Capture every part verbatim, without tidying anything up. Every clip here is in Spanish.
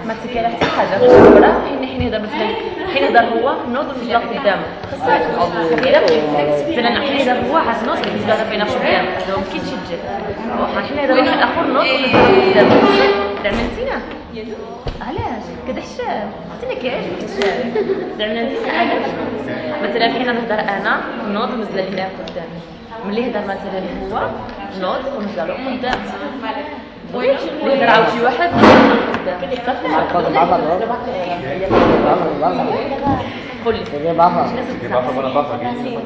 ما تكاين حتى حاجه في الخبره حين حين يهضر مثلا حين يهضر هو نوض ونزل قدامه خاصها الا مثلا حين يهضر هو عاد نوض ونزل بين قدامه هذا ما كاينش يتجد حين يهضر واحد اخر نوض ونزل قدامه زعما نسينا علاش كدحشام عرفتي كيفاش كدحشام زعما نسينا علاش مثلا حين نهضر انا نوض ونزل هنا قدامي ملي يهضر مثلا هو نوض ونزل قدام بغيت يهضر عاود شي واحد قول لي ¿Qué pasa? ¿Qué pasa con la papa?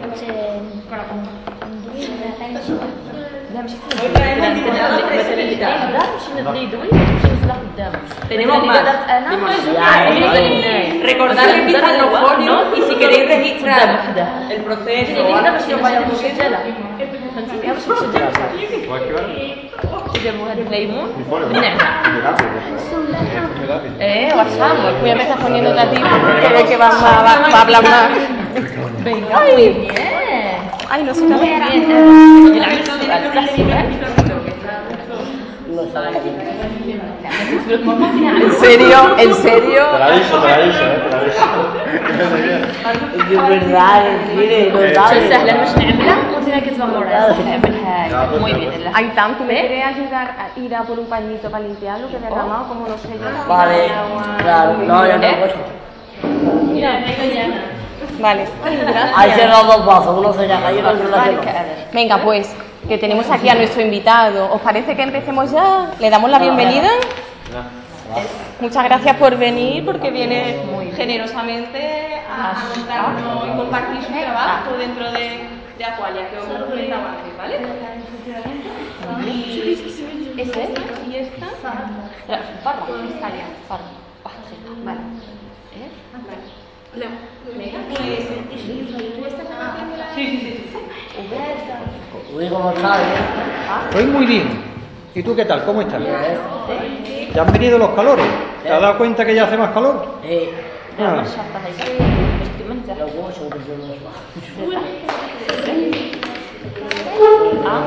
لا ماشي مثلا اللي يهضر مشي نضل يدوي مشي نزل قدامه Tenemos más. انا Recordad que empiezan los folios y si queréis registrar el proceso o algo باش يبقى مسجله فهمتي باش مسجله جابوا هذا الليمون بالنعناع eh guachamos Voy a empezar poniendo la tía que ve que va, va, va, va a hablar más. venga muy bien Ay, no sé nada. muy bien نلعب السؤال صح ¿En serio? ¿En serio? Te la aviso, te la aviso, eh, te la aviso. Es que es verdad, tiene, no شو sabe. سهله باش نعملها قلت لها كتبان موراها نعملها muy bien Ay, Tam, ¿tú me quieres ayudar a ir a por un pañito para limpiar lo que he derramado? Como no sé yo. Vale, claro, no, yo no puedo. Vale. Hay cerrado dos vasos, uno se llama y otro se llama. Venga, pues, que tenemos aquí a nuestro invitado. ¿Os parece que empecemos ya? ¿Le damos la bienvenida? Muchas gracias por venir, porque viene muy generosamente a contarnos y compartir su trabajo dentro de, de Aqualia, que os comentaba antes, ¿vale? Y ese y esta. فرح Está ya. فرح Vale. ايه No. Venga, pues. ¿Tú estás repartiendo la.? Sí, sí, sí. Uy, ¿cómo estás? Estoy muy bien. ¿Y tú qué tal? ¿Cómo estás? ¿Ya han venido los calores? ¿Te has dado cuenta que ya hace más calor? Eh, لا ما شرطها هيك باش تمنتح los huevos son que son los bajos. اه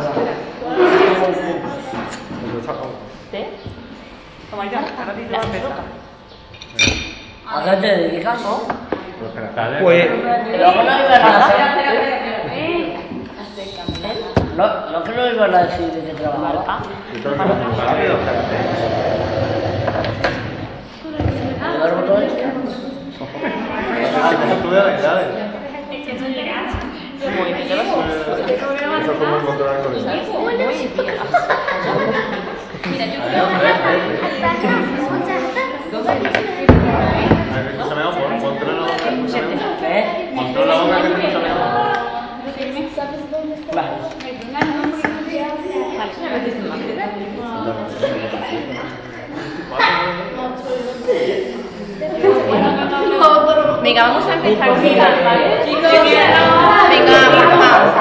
té Toma ya, ahora te va a empezar. ¿A qué te dedicas? Pues Luego no iban a hacer. No, no que no iban a decir de qué trabajaba. ¿Duermo todo esto? muy bien yo lo sé Eso es como un control alcohólico. Escúchame, ojo, controla la boca, escúchame. ¿Eh? Controla la boca que te escúchame. Vale. Venga, vamos a empezar, chicas, ¿vale? Venga, vamos.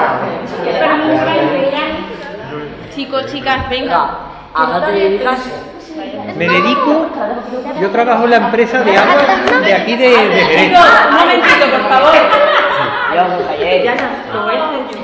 Chicos, chicas, venga. ¿A qué te dedicas? me dedico, yo trabajo en la empresa de agua de aquí de, de Jerez. Un momentito, por favor. Ya me callé. Ya, ya, lo voy a hacer yo.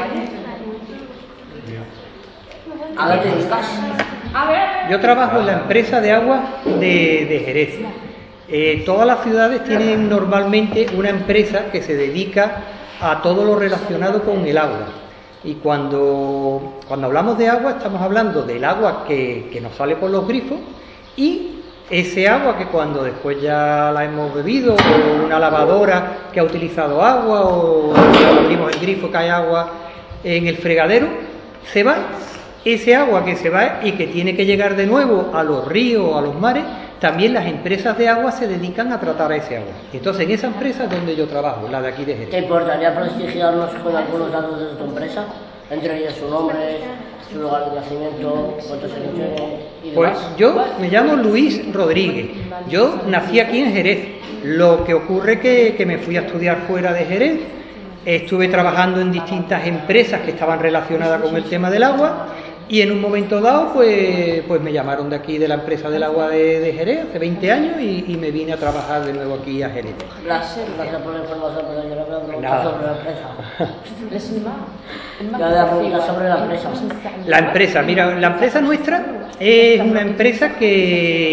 ¿A qué te dedicas? Yo trabajo en la empresa de agua de, de Jerez. Eh, todas las ciudades tienen normalmente una empresa que se dedica a todo lo relacionado con el agua. Y cuando, cuando hablamos de agua estamos hablando del agua que, que nos sale por los grifos y ese agua que cuando después ya la hemos bebido, o una lavadora que ha utilizado agua, o cuando abrimos el grifo que hay agua en el fregadero, se va. Ese agua que se va y que tiene que llegar de nuevo a los ríos, a los mares, también las empresas de agua se dedican a tratar a ese agua. Entonces, en esa empresa es donde yo trabajo, la de aquí de Jerez. ¿Te importaría prestigiarnos con algunos datos de tu empresa? Entre ellos su nombre, su lugar de nacimiento, cuántos años tiene y demás. Pues yo me llamo Luis Rodríguez. Yo nací aquí en Jerez. Lo que ocurre que, que me fui a estudiar fuera de Jerez. Estuve trabajando en distintas empresas que estaban relacionadas con el tema del agua. Y en un momento dado, pues, pues me llamaron de aquí, de la empresa del agua de, de Jerez, hace veinte años, y, y me vine a trabajar de nuevo aquí a Jerez. Gracias, gracias por la información, pero yo no voy a preguntar Nada. sobre la empresa. Yo voy a preguntar sobre la empresa. La empresa, mira, la empresa nuestra es una empresa que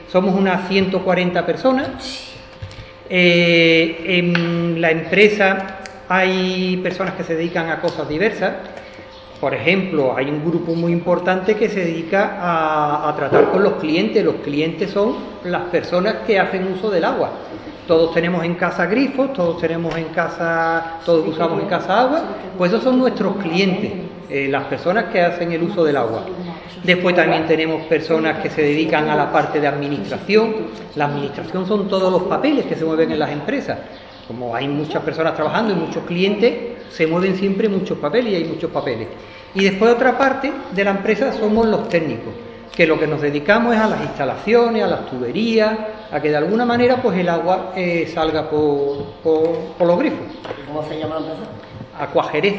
somos unas ciento cuarenta personas. Eh, en la empresa hay personas que se dedican a cosas diversas. Por ejemplo, hay un grupo muy importante que se dedica a, a tratar con los clientes. Los clientes son las personas que hacen uso del agua. Todos tenemos en casa grifos, todos tenemos en casa, todos usamos en casa agua, pues esos son nuestros clientes, eh, las personas que hacen el uso del agua. Después también tenemos personas que se dedican a la parte de administración. La administración son todos los papeles que se mueven en las empresas. Como hay muchas personas trabajando y muchos clientes, se mueven siempre muchos papeles y hay muchos papeles. Y después otra parte de la empresa somos los técnicos, que lo que nos dedicamos es a las instalaciones, a las tuberías, a que de alguna manera pues el agua eh, salga por, por, por los grifos. ¿Cómo se llama la empresa? Aquajerez.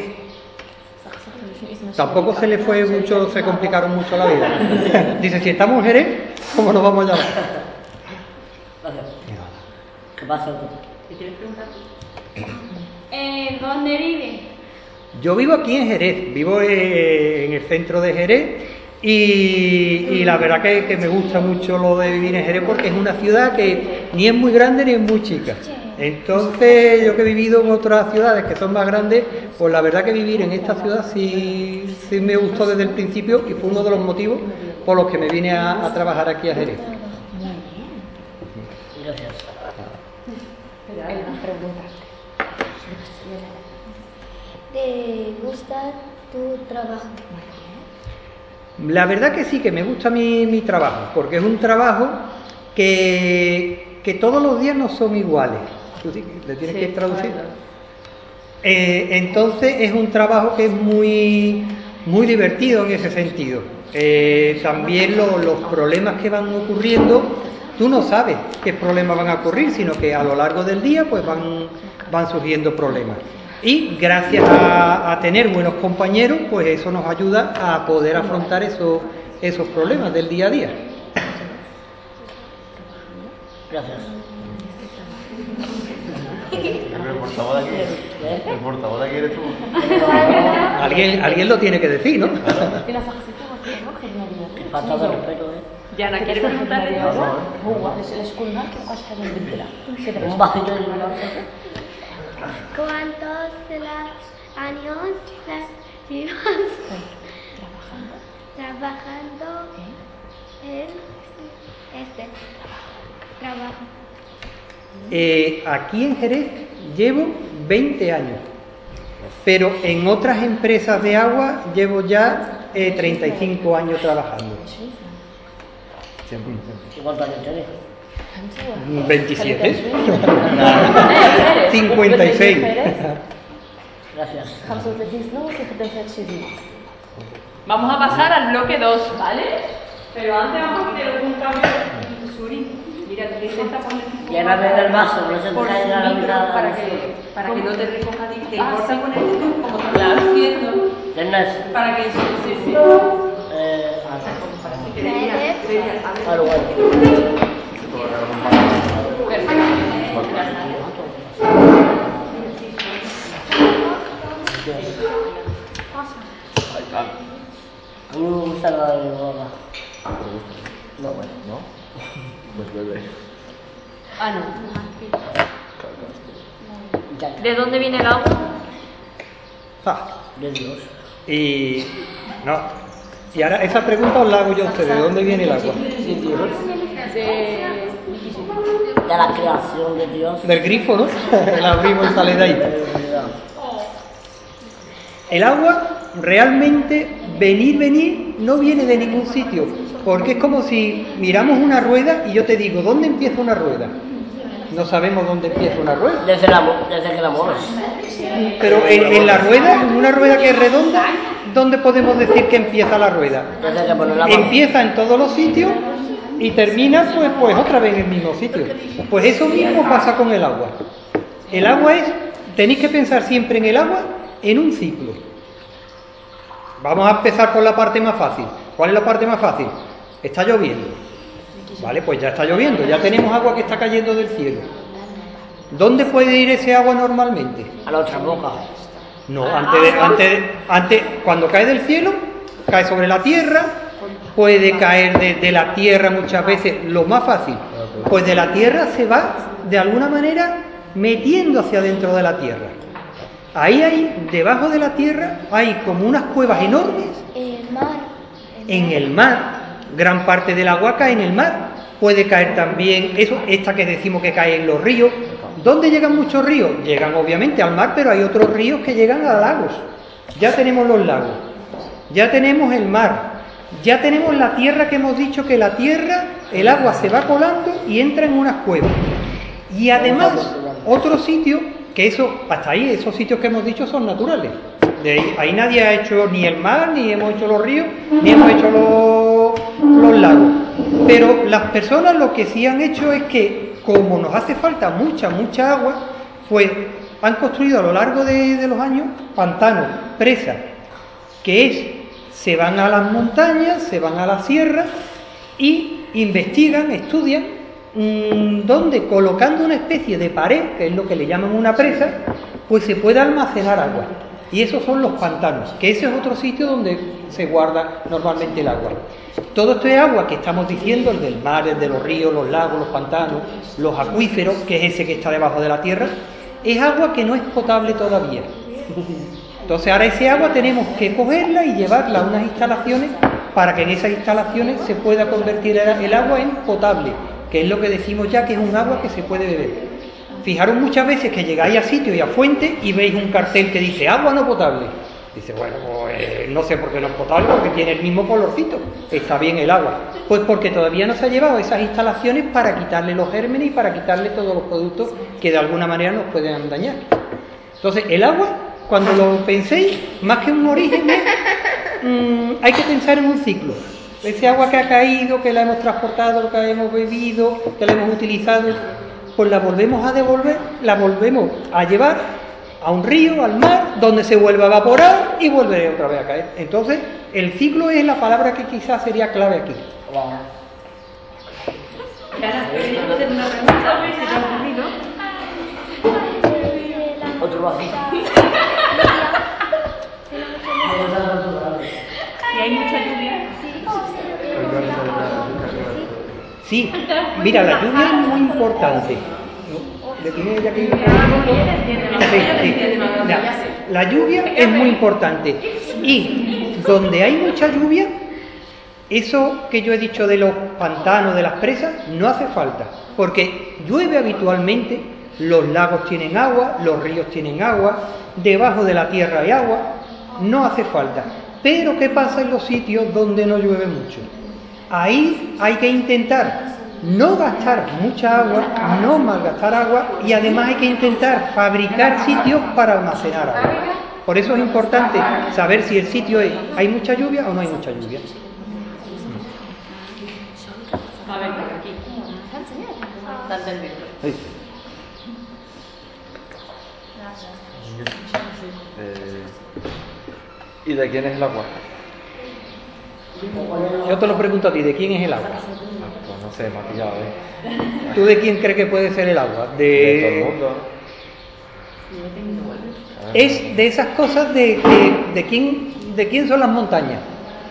Tampoco se le fue mucho, se complicaron mucho la vida. Dice, si estamos en Jerez, ¿cómo nos vamos a llamar? Gracias. ¿Qué pasa? ¿Te quieres preguntar? Eh, ¿Dónde vive? Yo vivo aquí en Jerez, vivo eh, en el centro de Jerez y, y la verdad que, que me gusta mucho lo de vivir en Jerez porque es una ciudad que ni es muy grande ni es muy chica. Entonces yo que he vivido en otras ciudades que son más grandes, pues la verdad que vivir en esta ciudad sí, sí me gustó desde el principio y fue uno de los motivos por los que me vine a, a trabajar aquí a Jerez. Gracias. ¿Te gusta tu trabajo? La verdad que sí, que me gusta mi, mi trabajo, porque es un trabajo que, que todos los días no son iguales. ¿Tú sí, le tienes sí, que traducir? Eh, entonces es un trabajo que es muy, muy divertido en ese sentido. Eh, también lo, los problemas que van ocurriendo, tú no sabes qué problemas van a ocurrir, sino que a lo largo del día pues van, van surgiendo problemas. Y gracias a, a tener buenos compañeros, pues eso nos ayuda a poder afrontar esos, esos problemas del día a día. Gracias. El portavoz de aquí, el portavoz de aquí eres tú. Alguien, alguien lo tiene que decir, ¿no? Falta de respeto, ¿eh? Yana, ¿quieres preguntarle yo? Un vasito de limón. ¿Cuántos de los años llevas trabajando en este trabajo? Eh, aquí en Jerez llevo veinte años, pero en otras empresas de agua llevo ya eh, treinta y cinco años trabajando. ¿Y cuántos años tienes? veintisiete. cincuenta y seis. Gracias. Vamos a pasar al bloque dos, ¿vale? Pero antes vamos a hacer un cambio. Suri, mira, tú intenta poner Lléname el vaso, no se te por caiga la micro mitad. para que, para que no te recoja a ti. Te importa poner tú como te estás haciendo. ¿Tienes? Para que eso sí, sí. Eh, Para que quede bien. algo, algo. A mí me gusta la de mi boca. No, bueno. ¿No? Pues bebe. Ah, no. Ya, ¿De dónde viene el agua? Ah, de Dios. y no. Y ahora esa pregunta os la hago yo a ustedes. ¿De dónde viene el agua? De Dios. De la creación de Dios. Del grifo, ¿no? El abrimos y sale de ahí. El agua realmente, venir, venir, no viene de ningún sitio, porque es como si miramos una rueda y yo te digo, ¿dónde empieza una rueda? No sabemos dónde empieza una rueda. Desde, la, desde que la mueves. Pero en, en la rueda, en una rueda que es redonda, ¿dónde podemos decir que empieza la rueda? Desde que pones la mano. Empieza en todos los sitios y termina pues, pues otra vez en el mismo sitio. Pues eso mismo pasa con el agua. El agua es, tenéis que pensar siempre en el agua en un ciclo. Vamos a empezar por la parte más fácil. ¿Cuál es la parte más fácil? Está lloviendo. Vale, pues ya está lloviendo, ya tenemos agua que está cayendo del cielo. ¿Dónde puede ir ese agua normalmente? A la otra boca. No, antes de, antes, de, antes, cuando cae del cielo, cae sobre la tierra, puede caer de, de la tierra muchas veces, lo más fácil, pues de la tierra se va de alguna manera metiendo hacia dentro de la tierra. Ahí hay, debajo de la tierra, hay como unas cuevas enormes. El mar. En el mar, gran parte del agua cae en el mar. Puede caer también, eso, esta que decimos que cae en los ríos. ¿Dónde llegan muchos ríos? Llegan obviamente al mar, pero hay otros ríos que llegan a lagos. Ya tenemos los lagos, ya tenemos el mar, ya tenemos la tierra, que hemos dicho que la tierra, el agua se va colando y entra en unas cuevas. Y además, otro sitio, que eso, hasta ahí, esos sitios que hemos dicho son naturales. De ahí, ahí nadie ha hecho ni el mar, ni hemos hecho los ríos, ni hemos hecho los, los lagos. Pero las personas lo que sí han hecho es que, como nos hace falta mucha, mucha agua, pues han construido a lo largo de, de los años pantanos, presas, que es, se van a las montañas, se van a las sierras y investigan, estudian, mmm, donde colocando una especie de pared, que es lo que le llaman una presa, pues se puede almacenar agua. Y esos son los pantanos, que ese es otro sitio donde se guarda normalmente el agua. Todo esto es agua que estamos diciendo, el del mar, el de los ríos, los lagos, los pantanos, los acuíferos, que es ese que está debajo de la tierra, es agua que no es potable todavía. Entonces ahora ese agua tenemos que cogerla y llevarla a unas instalaciones para que en esas instalaciones se pueda convertir el agua en potable, que es lo que decimos ya que es un agua que se puede beber. Fijaros muchas veces que llegáis a sitios y a fuentes y veis un cartel que dice agua no potable. Dice, bueno, pues no sé por qué no es potable, porque tiene el mismo colorcito, está bien el agua. Pues porque todavía no se ha llevado a esas instalaciones para quitarle los gérmenes y para quitarle todos los productos que de alguna manera nos pueden dañar. Entonces, el agua, cuando lo penséis, más que un origen, mmm, hay que pensar en un ciclo. Ese agua que ha caído, que la hemos transportado, que hemos bebido, que la hemos utilizado, pues la volvemos a devolver, la volvemos a llevar a un río, al mar, donde se vuelve a evaporar y vuelve otra vez a caer. Entonces, el ciclo es la palabra que quizás sería clave aquí. Otro vacío. Si hay mucha lluvia. Sí, mira, la lluvia es muy importante. ¿Le tiene ella que ir? Sí, sí. La, la lluvia es muy importante. Y donde hay mucha lluvia, eso que yo he dicho de los pantanos, de las presas, no hace falta. Porque llueve habitualmente, los lagos tienen agua, los ríos tienen agua, debajo de la tierra hay agua, no hace falta. Pero ¿qué pasa en los sitios donde no llueve mucho? Ahí hay que intentar no gastar mucha agua, no malgastar agua, y además hay que intentar fabricar sitios para almacenar agua. Por eso es importante saber si el sitio es, hay mucha lluvia o no hay mucha lluvia. A ver, por aquí. Está entendido. Sí. Eh, ¿Y de quién es el agua? Yo te lo pregunto a ti, ¿de quién es el agua? Pues no sé, me ha pillado, ¿eh? ¿Tú de quién crees que puede ser el agua? De De todo el mundo. Es de esas cosas de, de, de quién de quién son las montañas.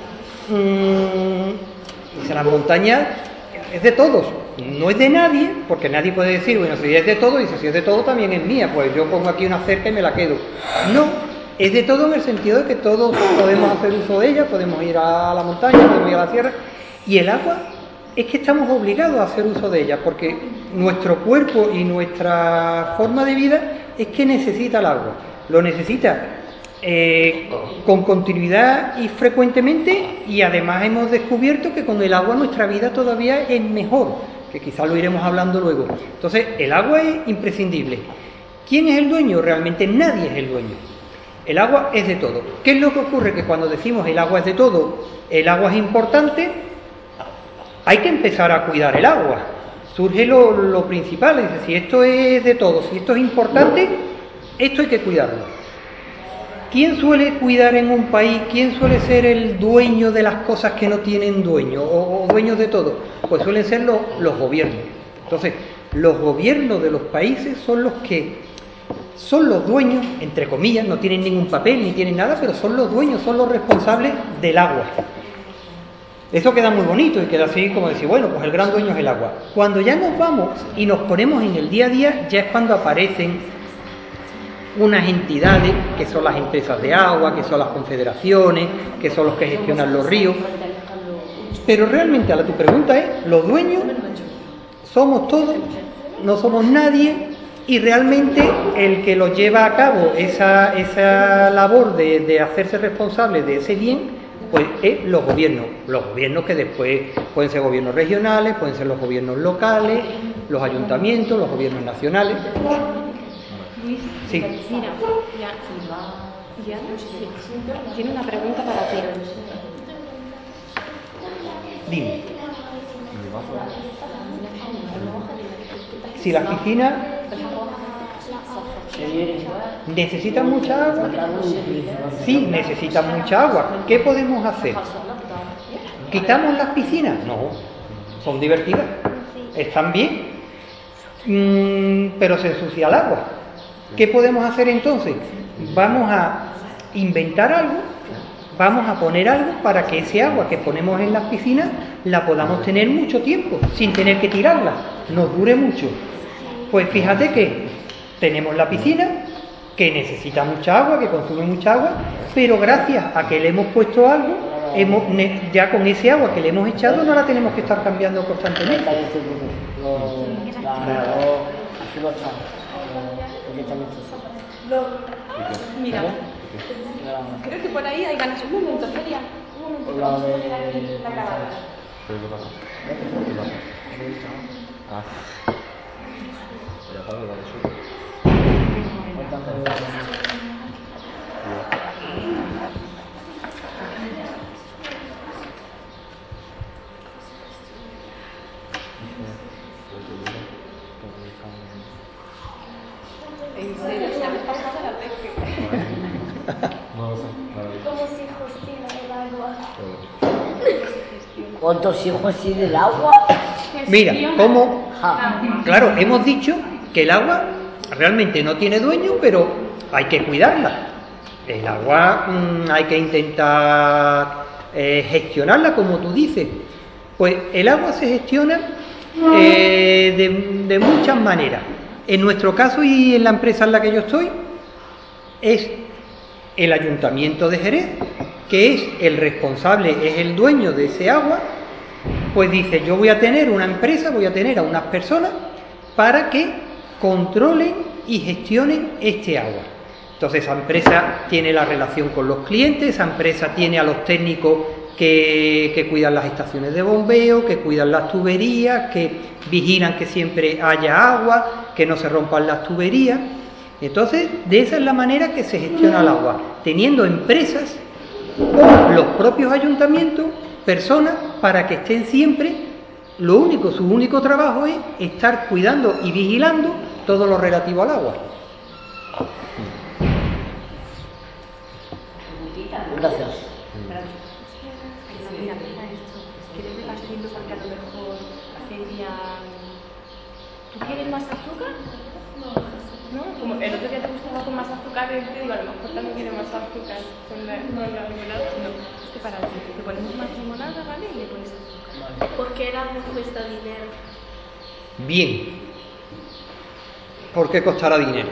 Mm, dice, las montañas es de todos, no es de nadie, porque nadie puede decir, bueno, si es de todo, dice, si es de todo también es mía, pues yo pongo aquí una cerca y me la quedo. No, es de todo en el sentido de que todos podemos hacer uso de ella, podemos ir a la montaña, podemos ir a la sierra, y el agua es que estamos obligados a hacer uso de ella, porque nuestro cuerpo y nuestra forma de vida es que necesita el agua, lo necesita eh, con continuidad y frecuentemente, y además hemos descubierto que con el agua nuestra vida todavía es mejor, que quizás lo iremos hablando luego. Entonces, el agua es imprescindible. ¿Quién es el dueño? Realmente nadie es el dueño. El agua es de todo. ¿Qué es lo que ocurre? Que cuando decimos el agua es de todo, el agua es importante, hay que empezar a cuidar el agua. Surge lo, lo principal, es decir, si esto es de todo, si esto es importante, esto hay que cuidarlo. ¿Quién suele cuidar en un país? ¿Quién suele ser el dueño de las cosas que no tienen dueño o, o dueños de todo? Pues suelen ser los, los gobiernos. Entonces, los gobiernos de los países son los que son los dueños, entre comillas, no tienen ningún papel ni tienen nada, pero son los dueños, son los responsables del agua. Eso queda muy bonito y queda así como decir, bueno, pues el gran dueño es el agua. Cuando ya nos vamos y nos ponemos en el día a día, ya es cuando aparecen unas entidades que son las empresas de agua, que son las confederaciones, que son los que gestionan los ríos. Pero realmente, a la tu pregunta es, los dueños somos todos, no somos nadie, y realmente el que lo lleva a cabo esa, esa labor de, de hacerse responsable de ese bien, pues es los gobiernos, los gobiernos que después pueden ser gobiernos regionales, pueden ser los gobiernos locales, los ayuntamientos, los gobiernos nacionales. Luis, Sí. mira, ya, ya, sí. Tiene una pregunta para ti. Dime. Si las piscinas necesitan mucha agua, sí, necesitan mucha agua. ¿Qué podemos hacer? ¿Quitamos las piscinas? No, son divertidas, están bien, mm, pero se ensucia el agua. ¿Qué podemos hacer entonces? Vamos a inventar algo, vamos a poner algo para que ese agua que ponemos en las piscinas la podamos tener mucho tiempo, sin tener que tirarla, nos dure mucho. Pues fíjate que tenemos la piscina, que necesita mucha agua, que consume mucha agua, pero gracias a que le hemos puesto algo, hemos, ya con ese agua que le hemos echado no la tenemos que estar cambiando constantemente. Mira, creo que por ahí hay ganas. Un momento, Celia, un momento, que vamos a poner ahí la grabadora. ¿Pero qué pasa? ¿Qué pasa? Ah. Ya pago la de su. En serio, se me pasa la teque. No lo sé. ¿Cómo se gestiona el agua? ¿Cuántos hijos tiene el agua? Mira, ¿cómo? Ja. Claro, hemos dicho que el agua realmente no tiene dueño, pero hay que cuidarla. El agua mmm, hay que intentar eh, gestionarla, como tú dices. Pues el agua se gestiona eh, de, de muchas maneras. En nuestro caso y en la empresa en la que yo estoy, es el Ayuntamiento de Jerez, que es el responsable, es el dueño de ese agua. Pues dice, yo voy a tener una empresa, voy a tener a unas personas para que controlen y gestionen este agua. Entonces esa empresa tiene la relación con los clientes, esa empresa tiene a los técnicos que, que cuidan las estaciones de bombeo, que cuidan las tuberías, que vigilan que siempre haya agua, que no se rompan las tuberías. Entonces, de esa es la manera que se gestiona el agua, teniendo empresas o los propios ayuntamientos, personas, para que estén siempre, lo único, su único trabajo es estar cuidando y vigilando todo lo relativo al agua. Gracias. ¿Quieres repartirlo porque a lo mejor Celia... ¿Tú quieres más azúcar? No. ¿No? Como el otro día te gustaba con más azúcar, te digo, a lo mejor también quiere más azúcar con la, con la limonada. No, es que para ti, le ponemos más limonada, ¿vale? Y le pones azúcar. ¿Por qué el agua cuesta dinero? Bien. ¿Por qué costará dinero?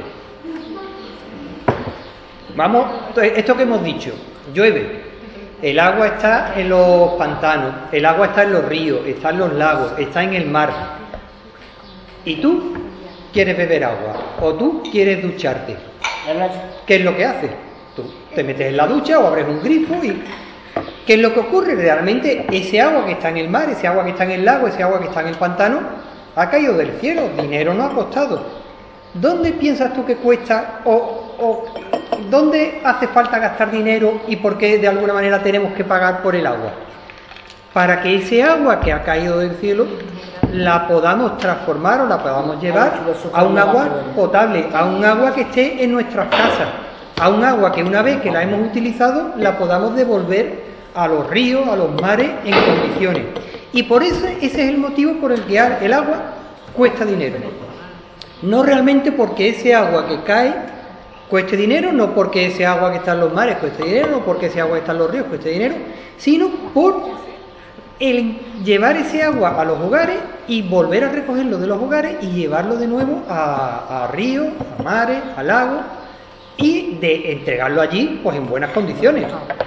Vamos, esto que hemos dicho, llueve, el agua está en los pantanos, el agua está en los ríos, está en los lagos, está en el mar. ¿Y tú quieres beber agua? ¿O tú quieres ducharte? ¿Qué es lo que haces? Tú te metes en la ducha o abres un grifo y... ¿qué es lo que ocurre? Realmente ese agua que está en el mar, ese agua que está en el lago, ese agua que está en el pantano, ha caído del cielo, dinero no ha costado. ¿Dónde piensas tú que cuesta o, o dónde hace falta gastar dinero y por qué de alguna manera tenemos que pagar por el agua? Para que ese agua que ha caído del cielo la podamos transformar o la podamos llevar a un agua potable, a un agua que esté en nuestras casas, a un agua que una vez que la hemos utilizado la podamos devolver a los ríos, a los mares en condiciones. Y por eso ese es el motivo por el que el agua cuesta dinero. No realmente porque ese agua que cae cueste dinero, no porque ese agua que está en los mares cueste dinero, no porque ese agua que está en los ríos cueste dinero, sino por el llevar ese agua a los hogares y volver a recogerlo de los hogares y llevarlo de nuevo a, a ríos, a mares, a lagos y de entregarlo allí pues en buenas condiciones. Gracias.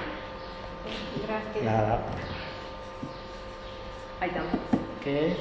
Nada. Ahí estamos. ¿Qué es?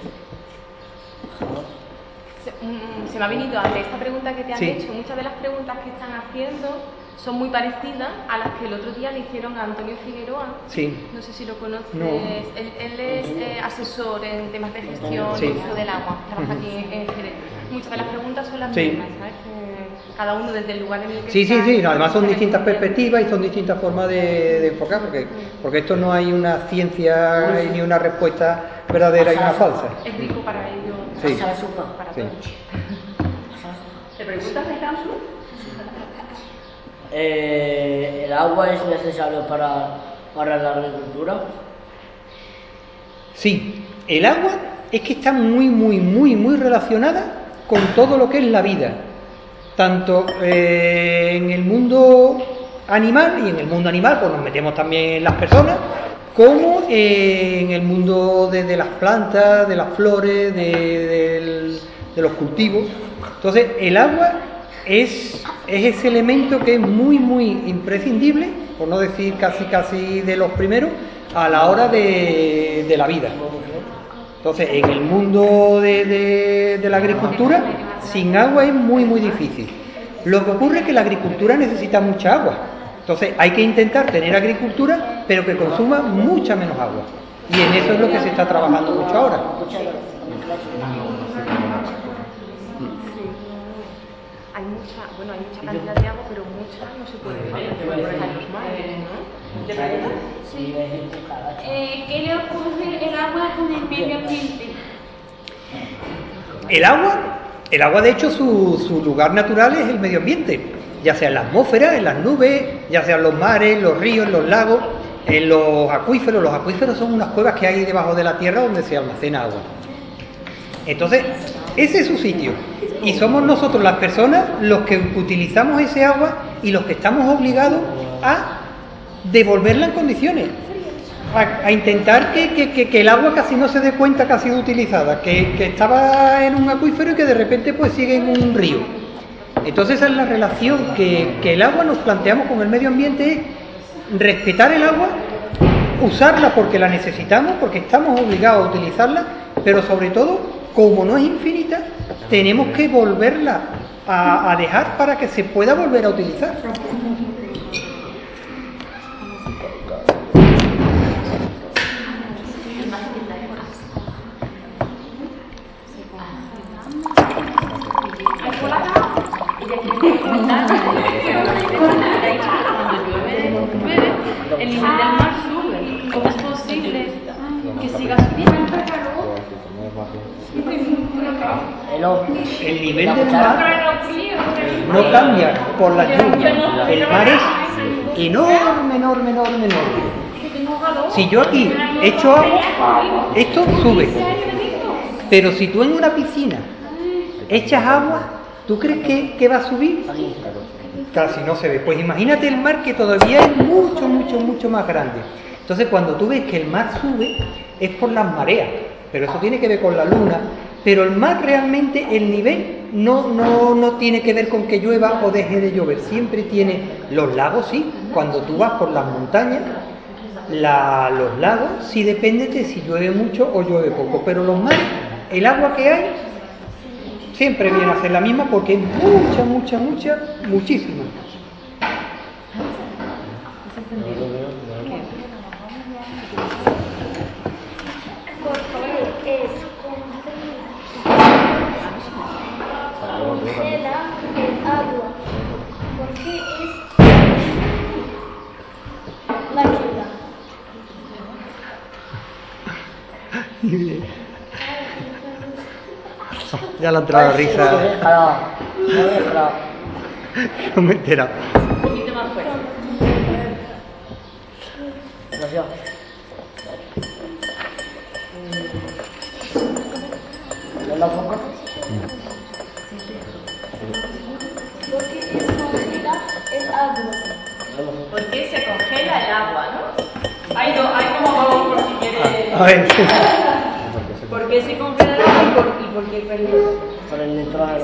Se, mm, se me ha venido antes esta pregunta que te han Sí. hecho. Muchas de las preguntas que están haciendo son muy parecidas a las que el otro día le hicieron a Antonio Figueroa. Sí. No sé si lo conoces. No. Él, él es eh, asesor en temas de gestión Sí. y uso del agua. Trabaja Ujú. aquí en Jerez. Muchas de las preguntas son las Sí. mismas, ¿sabes? Que cada uno desde el lugar en el que Sí, sí, está. sí, no, además son se distintas responde. perspectivas y son distintas formas de, de enfocar, porque, porque esto no hay una ciencia ni una respuesta verdadera y una falsa. Es rico para ellos. Sí. Para la sopa, para Sí. todos. ¿Te preguntas de Kansu? Eh, ¿El agua es necesario para, para la agricultura? Sí, el agua es que está muy, muy, muy, muy relacionada con todo lo que es la vida, tanto eh, en el mundo animal, y en el mundo animal pues nos metemos también las personas, como eh, en el mundo de, de las plantas, de las flores, de, del- de los cultivos. Entonces el agua es, es ese elemento que es muy, muy imprescindible, por no decir casi, casi de los primeros, a la hora de, de la vida. Entonces, en el mundo de, de- de la agricultura, sin agua es muy, muy difícil. Lo que ocurre es que la agricultura necesita mucha agua. Entonces, hay que intentar tener agricultura, pero que consuma mucha menos agua. Y en eso es lo que se está trabajando mucho ahora. Hay mucha, bueno, hay mucha cantidad de agua, pero mucha no se puede beber, porque están los mares, ¿no? ¿Te preguntas? Sí. Eh, ¿Qué le ocurre el agua con el medio ambiente? El agua, el agua de hecho su, su lugar natural es el medio ambiente, ya sea en la atmósfera, en las nubes, ya sean los mares, los ríos, los lagos, en los acuíferos. Los acuíferos son unas cuevas que hay debajo de la tierra donde se almacena agua. Entonces, ese es su sitio. Y somos nosotros las personas los que utilizamos ese agua y los que estamos obligados a devolverla en condiciones. A, a intentar que, que, que, que el agua casi no se dé cuenta que ha sido utilizada, que, que estaba en un acuífero y que de repente pues sigue en un río. Entonces esa es la relación que, que el agua nos planteamos con el medio ambiente, es respetar el agua, usarla porque la necesitamos, porque estamos obligados a utilizarla, pero sobre todo, como no es infinita, tenemos que volverla a, a dejar para que se pueda volver a utilizar. El nivel del mar sube. ¿Cómo es posible que siga subiendo? Eh, no. El nivel del mar no cambia por la lluvia. El mar es enorme, enorme, enorme, enorme. Si yo aquí echo agua, esto sube. Pero si tú en una piscina echas agua, ¿tú crees que, que va a subir? Casi no se ve. Pues imagínate el mar, que todavía es mucho, mucho, mucho más grande. Entonces cuando tú ves que el mar sube es por las mareas, pero eso tiene que ver con la luna. Pero el mar realmente, el nivel no, no, no tiene que ver con que llueva o deje de llover. Siempre tiene, los lagos sí, cuando tú vas por las montañas, la, los lagos sí depende de si llueve mucho o llueve poco. Pero los mares, el agua que hay siempre viene a ser la misma porque es mucha, mucha, mucha, muchísima. ¿Por qué es congela el agua? ¿Por qué es la lluvia? Ya la ha entrado la risa. Déjala, no déjala. No me he enterado. Un poquito más fuerte. Gracias. ¿No la foca? ¿Por qué es congela el agua? ¿Por qué se congela el agua, no? Hay, dos, hay como dos por si quieres. A ver. ¿Por qué se congela el agua y por, y por qué perdió? Por el nitrógeno.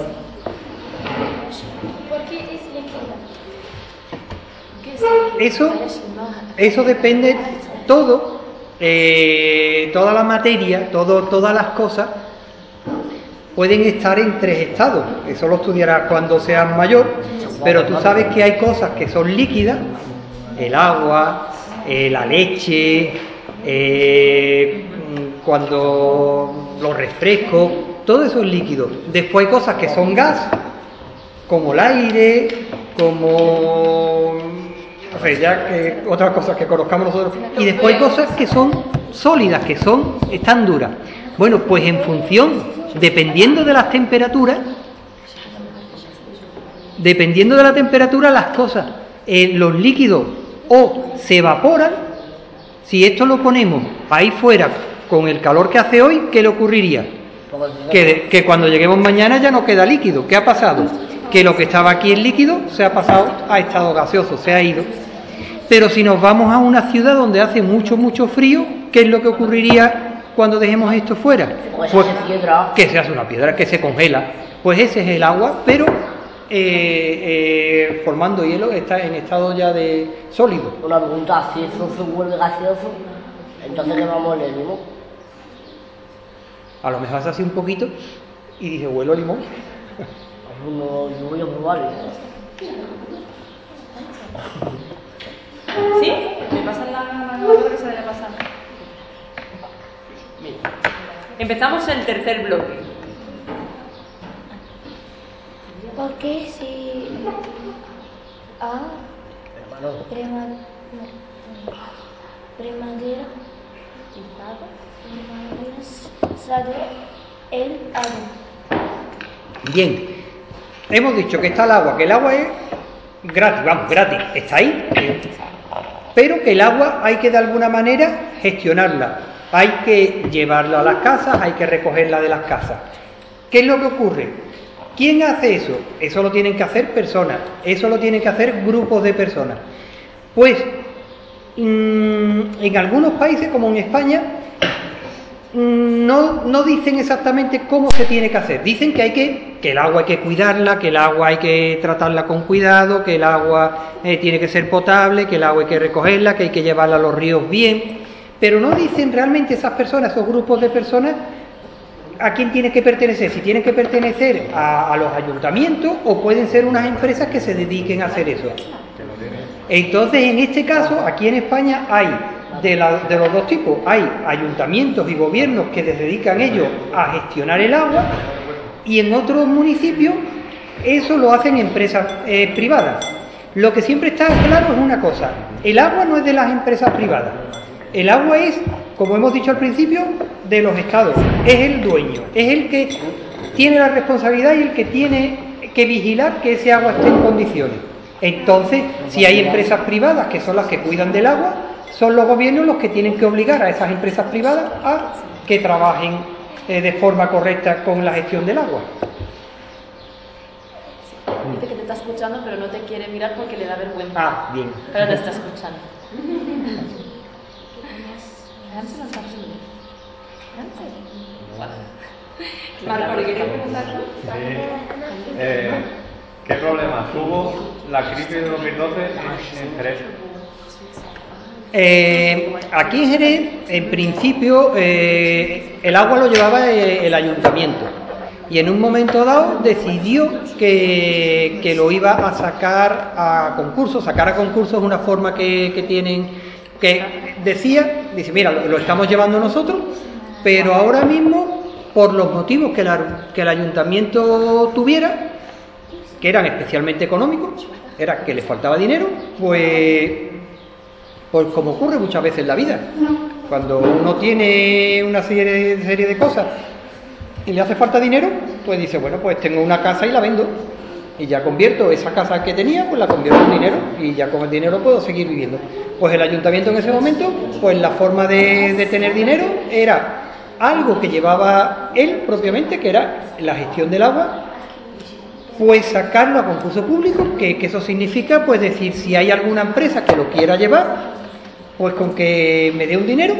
¿Por qué es líquida? Eso, eso depende todo, eh, toda la materia, todo, todas las cosas pueden estar en tres estados. Eso lo estudiarás cuando seas mayor, pero tú sabes que hay cosas que son líquidas, el agua, eh, la leche, eh, cuando los refrescos, todo eso es líquido. Después hay cosas que son gas, como el aire, como no sé, ya que otras cosas que conozcamos nosotros, y después hay cosas que son sólidas, que son, están duras. Bueno, pues en función, dependiendo de las temperaturas, dependiendo de la temperatura, las cosas, eh, los líquidos o se evaporan. Si esto lo ponemos ahí fuera con el calor que hace hoy, ¿qué le ocurriría? Que, que cuando lleguemos mañana ya no queda líquido. ¿Qué ha pasado? Que lo que estaba aquí en líquido se ha pasado a estado gaseoso, se ha ido. Pero si nos vamos a una ciudad donde hace mucho, mucho frío, ¿qué es lo que ocurriría cuando dejemos esto fuera? Pues, Pues se hace piedra. que se hace una piedra, que se congela. Pues ese es el agua, pero eh, eh, formando hielo, está en estado ya de sólido. Una pregunta, si eso se vuelve gaseoso, entonces ¿qué vamos a oler? ¿Limón? A lo mejor hace así un poquito y dice, huelo a limón. No, yo voy a probarlo. ¿Sí? ¿Me pasan la grabadora que se vaya a pasar? Bien. Empezamos el tercer bloque. ¿Por qué si a prima, primavera primavera el agua? Bien, hemos dicho que está el agua, que el agua es gratis, vamos, gratis, está ahí, pero que el agua hay que de alguna manera gestionarla, hay que llevarla a las casas, hay que recogerla de las casas. ¿Qué es lo que ocurre? ¿Quién hace eso? Eso lo tienen que hacer personas, eso lo tienen que hacer grupos de personas. Pues mmm, en algunos países, como en España, No, no dicen exactamente cómo se tiene que hacer. Dicen que hay que, que el agua hay que cuidarla, que el agua hay que tratarla con cuidado, que el agua eh, tiene que ser potable, que el agua hay que recogerla, que hay que llevarla a los ríos bien. Pero no dicen realmente esas personas, esos grupos de personas, a quién tienen que pertenecer. Si tienen que pertenecer a, a los ayuntamientos o pueden ser unas empresas que se dediquen a hacer eso. Entonces, en este caso, aquí en España hay De, la, de los dos tipos, hay ayuntamientos y gobiernos que se dedican ellos a gestionar el agua y en otros municipios eso lo hacen empresas eh, privadas. Lo que siempre está claro es una cosa, el agua no es de las empresas privadas, el agua es, como hemos dicho al principio, de los estados, es el dueño, es el que tiene la responsabilidad y el que tiene que vigilar que ese agua esté en condiciones. Entonces, si hay empresas privadas que son las que cuidan del agua, son los gobiernos los que tienen que obligar a esas empresas privadas a que trabajen eh, de forma correcta con la gestión del agua. Dice que te está escuchando, pero no te quiere mirar porque le da vergüenza. Ah, bien. Pero te está escuchando. Marco, ¿le querías preguntar tú? Sí. Eh, ¿Qué problemas tuvo la crisis de dos mil doce en, en Jerez? Eh, aquí en Jerez, en principio, eh, el agua lo llevaba el, el ayuntamiento y en un momento dado decidió que, que lo iba a sacar a concurso. Sacar a concurso es una forma que, que tienen, que decía, dice, mira, lo, lo estamos llevando nosotros, pero ahora mismo, por los motivos que, la, que el ayuntamiento tuviera, que eran especialmente económicos, era que le faltaba dinero, pues... Pues como ocurre muchas veces en la vida, cuando uno tiene una serie, serie de cosas y le hace falta dinero, pues dice, bueno, pues tengo una casa y la vendo, y ya convierto esa casa que tenía, pues la convierto en dinero, y ya con el dinero puedo seguir viviendo. Pues el ayuntamiento en ese momento, pues la forma de, de tener dinero era algo que llevaba él propiamente, que era la gestión del agua, pues sacarlo a concurso público, que, que eso significa, pues decir, si hay alguna empresa que lo quiera llevar, Pues con que me dé un dinero,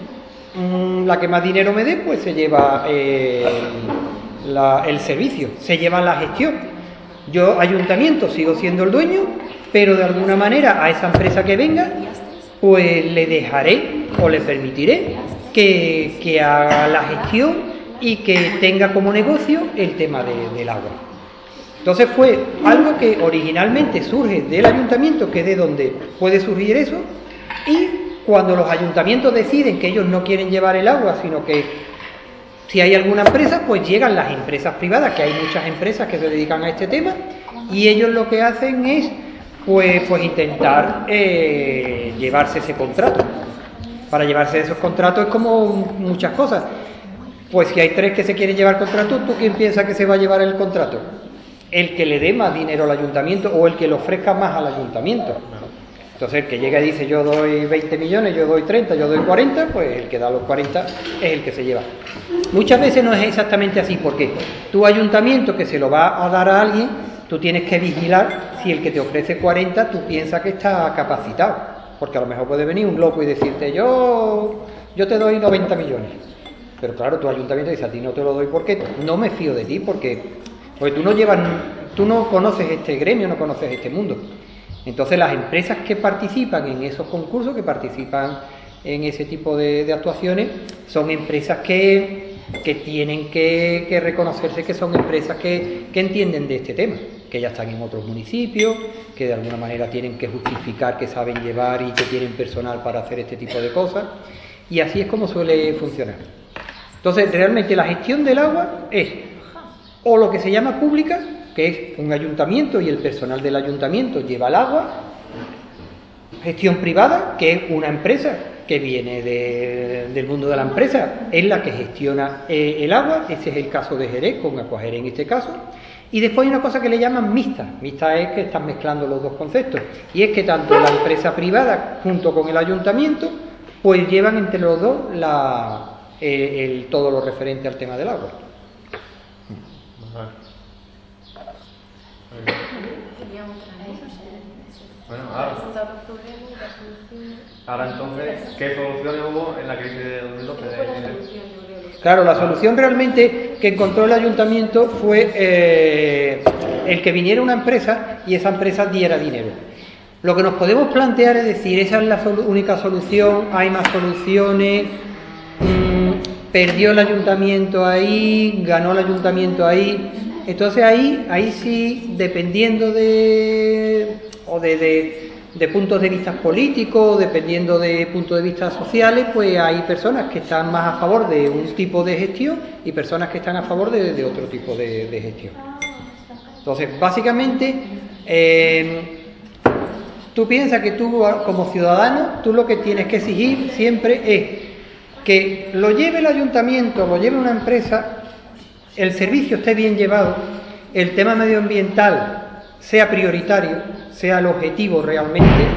la que más dinero me dé, pues se lleva eh, la, el servicio, se lleva la gestión. Yo, ayuntamiento, sigo siendo el dueño, pero de alguna manera a esa empresa que venga, pues le dejaré o le permitiré que, que haga la gestión y que tenga como negocio el tema de, del agua. Entonces fue algo que originalmente surge del ayuntamiento, que es de donde puede surgir eso, y cuando los ayuntamientos deciden que ellos no quieren llevar el agua, sino que si hay alguna empresa, pues llegan las empresas privadas, que hay muchas empresas que se dedican a este tema, y ellos lo que hacen es pues, pues intentar eh, llevarse ese contrato. Para llevarse esos contratos es como muchas cosas. Pues si hay tres que se quieren llevar contrato, ¿tú quién piensa que se va a llevar el contrato? El que le dé más dinero al ayuntamiento o el que le ofrezca más al ayuntamiento. Entonces el que llega y dice yo doy veinte millones, yo doy treinta, yo doy cuarenta, pues el que da los cuarenta es el que se lleva. Muchas veces no es exactamente así, porque tu ayuntamiento que se lo va a dar a alguien, tú tienes que vigilar si el que te ofrece cuarenta tú piensas que está capacitado, porque a lo mejor puede venir un loco y decirte yo, yo te doy noventa millones. Pero claro, tu ayuntamiento dice a ti no te lo doy porque no me fío de ti, porque, porque tú no llevas, tú no conoces este gremio, no conoces este mundo. Entonces las empresas que participan en esos concursos, que participan en ese tipo de, de actuaciones, son empresas que, que tienen que, que reconocerse que son empresas que, que entienden de este tema, que ya están en otros municipios, que de alguna manera tienen que justificar que saben llevar y que tienen personal para hacer este tipo de cosas, y así es como suele funcionar. Entonces realmente la gestión del agua es o lo que se llama pública, que es un ayuntamiento y el personal del ayuntamiento lleva el agua. Gestión privada, que es una empresa que viene de, del mundo de la empresa, es la que gestiona eh, el agua. Ese es el caso de Jerez, con Aquajerez en este caso. Y después hay una cosa que le llaman mixta. Mixta es que están mezclando los dos conceptos. Y es que tanto la empresa privada junto con el ayuntamiento, pues llevan entre los dos la, eh, el, todo lo referente al tema del agua. Bueno, ahora, ahora entonces, ¿qué soluciones hubo en la crisis de dos mil doce? Claro, la solución realmente que encontró el ayuntamiento fue eh, el que viniera una empresa y esa empresa diera dinero. Lo que nos podemos plantear es decir, esa es la sol- única solución, hay más soluciones, mmm, perdió el ayuntamiento ahí, ganó el ayuntamiento ahí. Entonces ahí, ahí sí, dependiendo de, o de, de, de puntos de vista políticos, dependiendo de puntos de vista sociales, pues hay personas que están más a favor de un tipo de gestión y personas que están a favor de, de otro tipo de, de gestión. Entonces, básicamente, eh, tú piensas que tú como ciudadano, tú lo que tienes que exigir siempre es que lo lleve el ayuntamiento, lo lleve una empresa, el servicio esté bien llevado, el tema medioambiental sea prioritario, sea el objetivo realmente,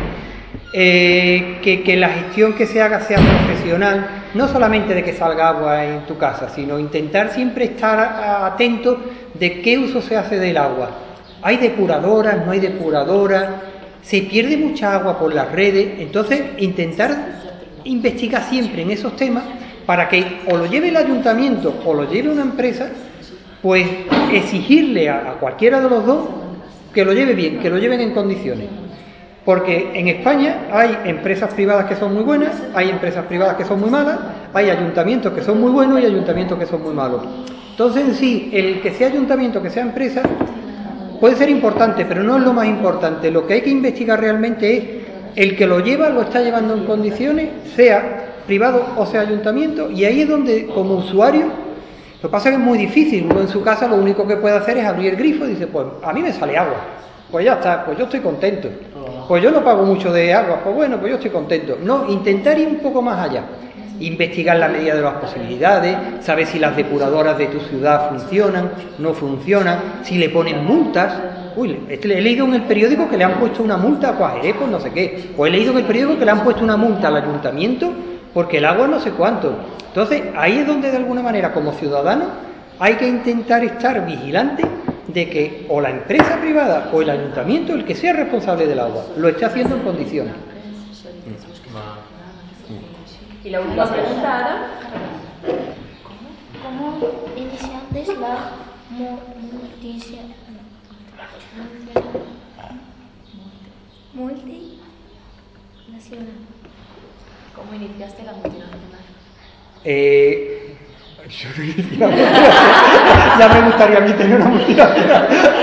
eh, que, que la gestión que se haga sea profesional, no solamente de que salga agua en tu casa, sino intentar siempre estar atento de qué uso se hace del agua. ¿Hay depuradoras? ¿No hay depuradoras? ¿Se pierde mucha agua por las redes? Entonces, intentar investigar siempre en esos temas para que o lo lleve el ayuntamiento o lo lleve una empresa, pues exigirle a, a cualquiera de los dos que lo lleve bien, que lo lleven en condiciones. Porque en España hay empresas privadas que son muy buenas, hay empresas privadas que son muy malas, hay ayuntamientos que son muy buenos y ayuntamientos que son muy malos. Entonces, en sí, el que sea ayuntamiento, que sea empresa, puede ser importante, pero no es lo más importante. Lo que hay que investigar realmente es el que lo lleva, lo está llevando en condiciones, sea privado o sea ayuntamiento, y ahí es donde, como usuario, lo que pasa es que es muy difícil. Uno en su casa lo único que puede hacer es abrir el grifo y dice, pues a mí me sale agua, pues ya está, pues yo estoy contento, pues yo no pago mucho de agua, pues bueno, pues yo estoy contento. No, intentar ir un poco más allá, investigar la medida de las posibilidades, saber si las depuradoras de tu ciudad funcionan, no funcionan, si le ponen multas. Uy, he leído en el periódico que le han puesto una multa a Aquajerez por no sé qué, o he leído en el periódico que le han puesto una multa al ayuntamiento porque el agua no sé cuánto. Entonces, ahí es donde de alguna manera como ciudadano hay que intentar estar vigilante de que o la empresa privada o el ayuntamiento, el que sea responsable del agua, lo esté haciendo en condiciones. Y la última pregunta, Ada. ¿Cómo iniciaste la mo- multicia- multinacional? ¿Cómo iniciaste la multinacional? Eh, yo no inicié la multinacional. Ya me gustaría a mí tener una multinacional.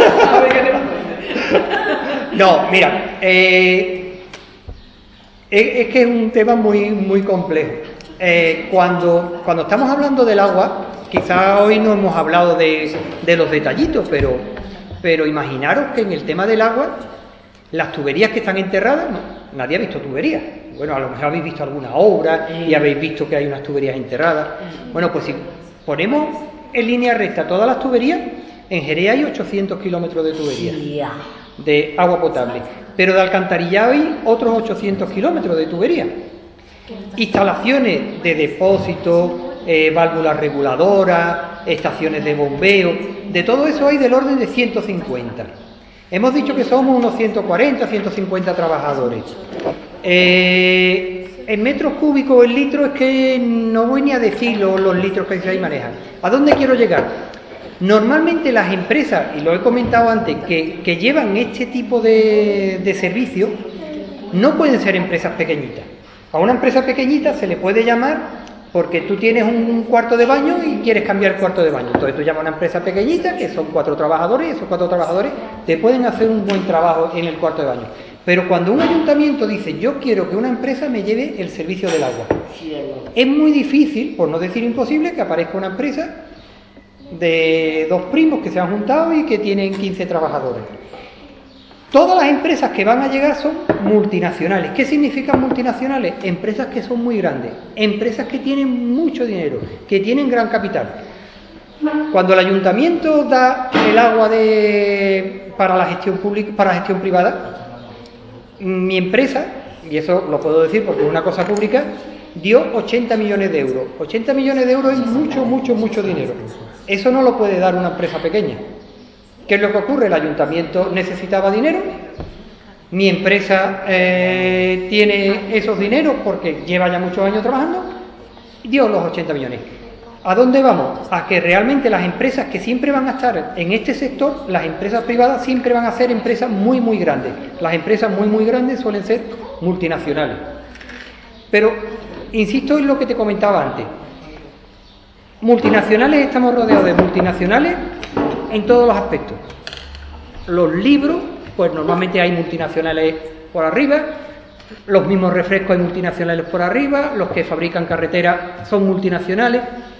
No, mira, eh, es, es que es un tema muy, muy complejo. Eh, cuando, cuando estamos hablando del agua, quizá hoy no hemos hablado de, de los detallitos, pero, pero imaginaros que en el tema del agua, las tuberías que están enterradas, no, nadie ha visto tuberías. Bueno, a lo mejor habéis visto alguna obra y habéis visto que hay unas tuberías enterradas. Bueno, pues si ponemos en línea recta todas las tuberías, en Jerez hay ochocientos kilómetros de tuberías de agua potable, pero de alcantarillado hay otros ochocientos kilómetros de tuberías. Instalaciones de depósito, eh, válvulas reguladoras, estaciones de bombeo, de todo eso hay del orden de ciento cincuenta. Hemos dicho que somos unos ciento cuarenta, ciento cincuenta trabajadores. Eh, en metros cúbicos, en litros, es que no voy ni a decir los, los litros que se manejan. ¿A dónde quiero llegar? Normalmente las empresas, y lo he comentado antes, que, que llevan este tipo de, de servicios, no pueden ser empresas pequeñitas. A una empresa pequeñita se le puede llamar porque tú tienes un cuarto de baño y quieres cambiar el cuarto de baño. Entonces tú llamas a una empresa pequeñita, que son cuatro trabajadores, y esos cuatro trabajadores te pueden hacer un buen trabajo en el cuarto de baño. Pero cuando un ayuntamiento dice, yo quiero que una empresa me lleve el servicio del agua, es muy difícil, por no decir imposible, que aparezca una empresa de dos primos que se han juntado y que tienen quince trabajadores. Todas las empresas que van a llegar son multinacionales. ¿Qué significan multinacionales? Empresas que son muy grandes, empresas que tienen mucho dinero, que tienen gran capital. Cuando el ayuntamiento da el agua de, para la gestión pública, para la gestión privada, mi empresa, y eso lo puedo decir porque es una cosa pública, dio ochenta millones de euros. ochenta millones de euros es mucho, mucho, mucho dinero. Eso no lo puede dar una empresa pequeña. ¿Qué es lo que ocurre? El ayuntamiento necesitaba dinero, mi empresa eh, tiene esos dineros porque lleva ya muchos años trabajando, y dio los ochenta millones. ¿A dónde vamos? A que realmente las empresas que siempre van a estar en este sector, las empresas privadas siempre van a ser empresas muy, muy grandes. Las empresas muy, muy grandes suelen ser multinacionales. Pero, insisto en lo que te comentaba antes. Multinacionales, estamos rodeados de multinacionales en todos los aspectos. Los libros, pues normalmente hay multinacionales por arriba, los mismos refrescos hay multinacionales por arriba, los que fabrican carreteras son multinacionales.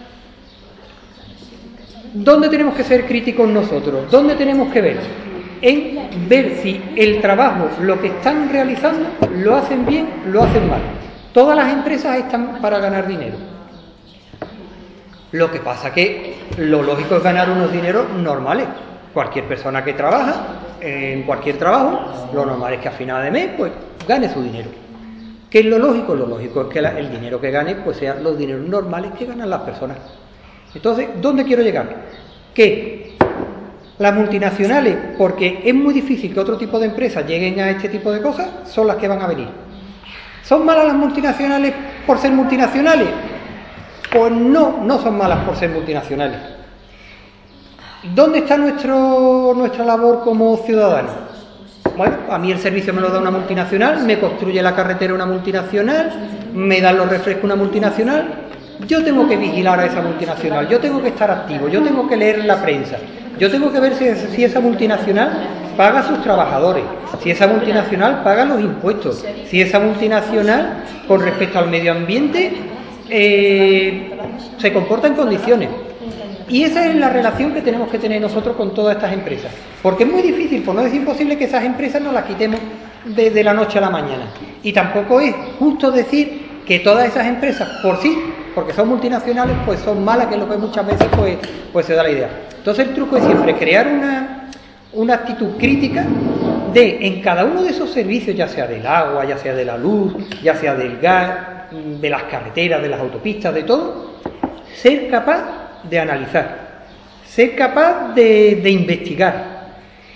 ¿Dónde tenemos que ser críticos nosotros? ¿Dónde tenemos que ver? En ver si el trabajo, lo que están realizando, lo hacen bien, lo hacen mal. Todas las empresas están para ganar dinero. Lo que pasa que lo lógico es ganar unos dineros normales. Cualquier persona que trabaja en cualquier trabajo, lo normal es que a final de mes pues gane su dinero. ¿Qué es lo lógico? Lo lógico es que la, el dinero que gane pues sean los dineros normales que ganan las personas. Entonces, ¿dónde quiero llegar? Que las multinacionales, porque es muy difícil que otro tipo de empresas lleguen a este tipo de cosas, son las que van a venir. ¿Son malas las multinacionales por ser multinacionales? Pues no, no son malas por ser multinacionales. ¿Dónde está nuestro, nuestra labor como ciudadanos? Bueno, a mí el servicio me lo da una multinacional, me construye la carretera una multinacional, me dan los refrescos una multinacional. Yo tengo que vigilar a esa multinacional, yo tengo que estar activo, yo tengo que leer la prensa, yo tengo que ver si, si esa multinacional paga a sus trabajadores, si esa multinacional paga los impuestos, si esa multinacional, con respecto al medio ambiente, eh, se comporta en condiciones. Y esa es la relación que tenemos que tener nosotros con todas estas empresas. Porque es muy difícil, por no decir imposible, que esas empresas nos las quitemos de la noche a la mañana. Y tampoco es justo decir que todas esas empresas, por sí, porque son multinacionales, pues son malas, que es lo que muchas veces pues, pues se da la idea. Entonces el truco es siempre crear una, una actitud crítica de, en cada uno de esos servicios, ya sea del agua, ya sea de la luz, ya sea del gas, de las carreteras, de las autopistas, de todo, ser capaz de analizar, ser capaz de, de investigar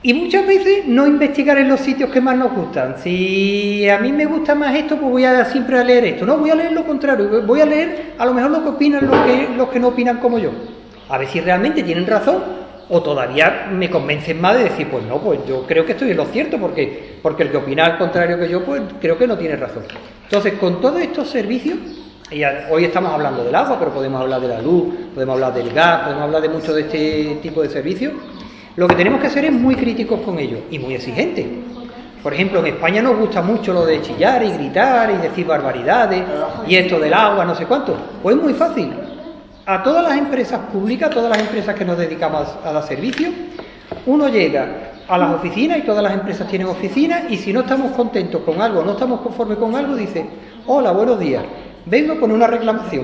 Y muchas veces no investigar en los sitios que más nos gustan. Si a mí me gusta más esto, pues voy a siempre a leer esto. No, voy a leer lo contrario. Voy a leer a lo mejor lo que opinan los que, los que no opinan como yo. A ver si realmente tienen razón o todavía me convencen más de decir, pues no, pues yo creo que estoy en lo cierto porque, porque el que opina al contrario que yo, pues creo que no tiene razón. Entonces, con todos estos servicios, y hoy estamos hablando del agua, pero podemos hablar de la luz, podemos hablar del gas, podemos hablar de mucho de este tipo de servicios. Lo que tenemos que hacer es muy críticos con ellos y muy exigentes. Por ejemplo, en España nos gusta mucho lo de chillar y gritar y decir barbaridades y esto del agua, no sé cuánto. Pues es muy fácil. A todas las empresas públicas, a todas las empresas que nos dedicamos a dar servicios, uno llega a las oficinas y todas las empresas tienen oficinas y si no estamos contentos con algo, no estamos conformes con algo, dice, hola, buenos días, vengo a poner una reclamación.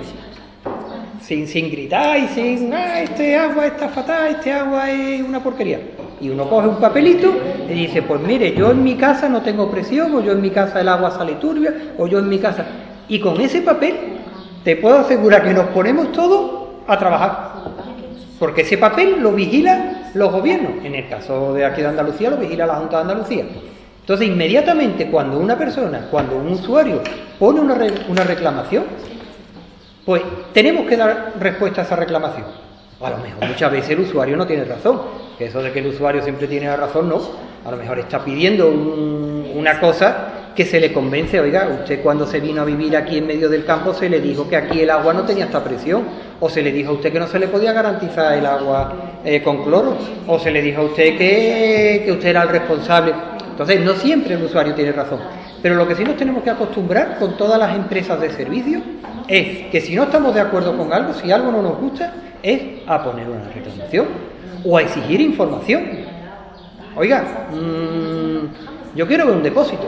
Sin, sin gritar y sin, ah, este agua está fatal, este agua es una porquería. Y uno coge un papelito y dice, pues mire, yo en mi casa no tengo presión, o yo en mi casa el agua sale turbia, o yo en mi casa... Y con ese papel te puedo asegurar que nos ponemos todos a trabajar. Porque ese papel lo vigilan los gobiernos. En el caso de aquí de Andalucía lo vigila la Junta de Andalucía. Entonces, inmediatamente cuando una persona, cuando un usuario pone una, re, una reclamación, pues tenemos que dar respuesta a esa reclamación. A lo mejor muchas veces el usuario no tiene razón, que eso de que el usuario siempre tiene la razón, no. A lo mejor está pidiendo un, una cosa que se le convence, oiga, usted cuando se vino a vivir aquí en medio del campo se le dijo que aquí el agua no tenía esta presión, o se le dijo a usted que no se le podía garantizar el agua eh, con cloro, o se le dijo a usted que, que usted era el responsable. Entonces, no siempre el usuario tiene razón. Pero lo que sí nos tenemos que acostumbrar con todas las empresas de servicio es que si no estamos de acuerdo con algo, si algo no nos gusta, es a poner una reclamación o a exigir información. Oiga, mmm, yo quiero ver un depósito.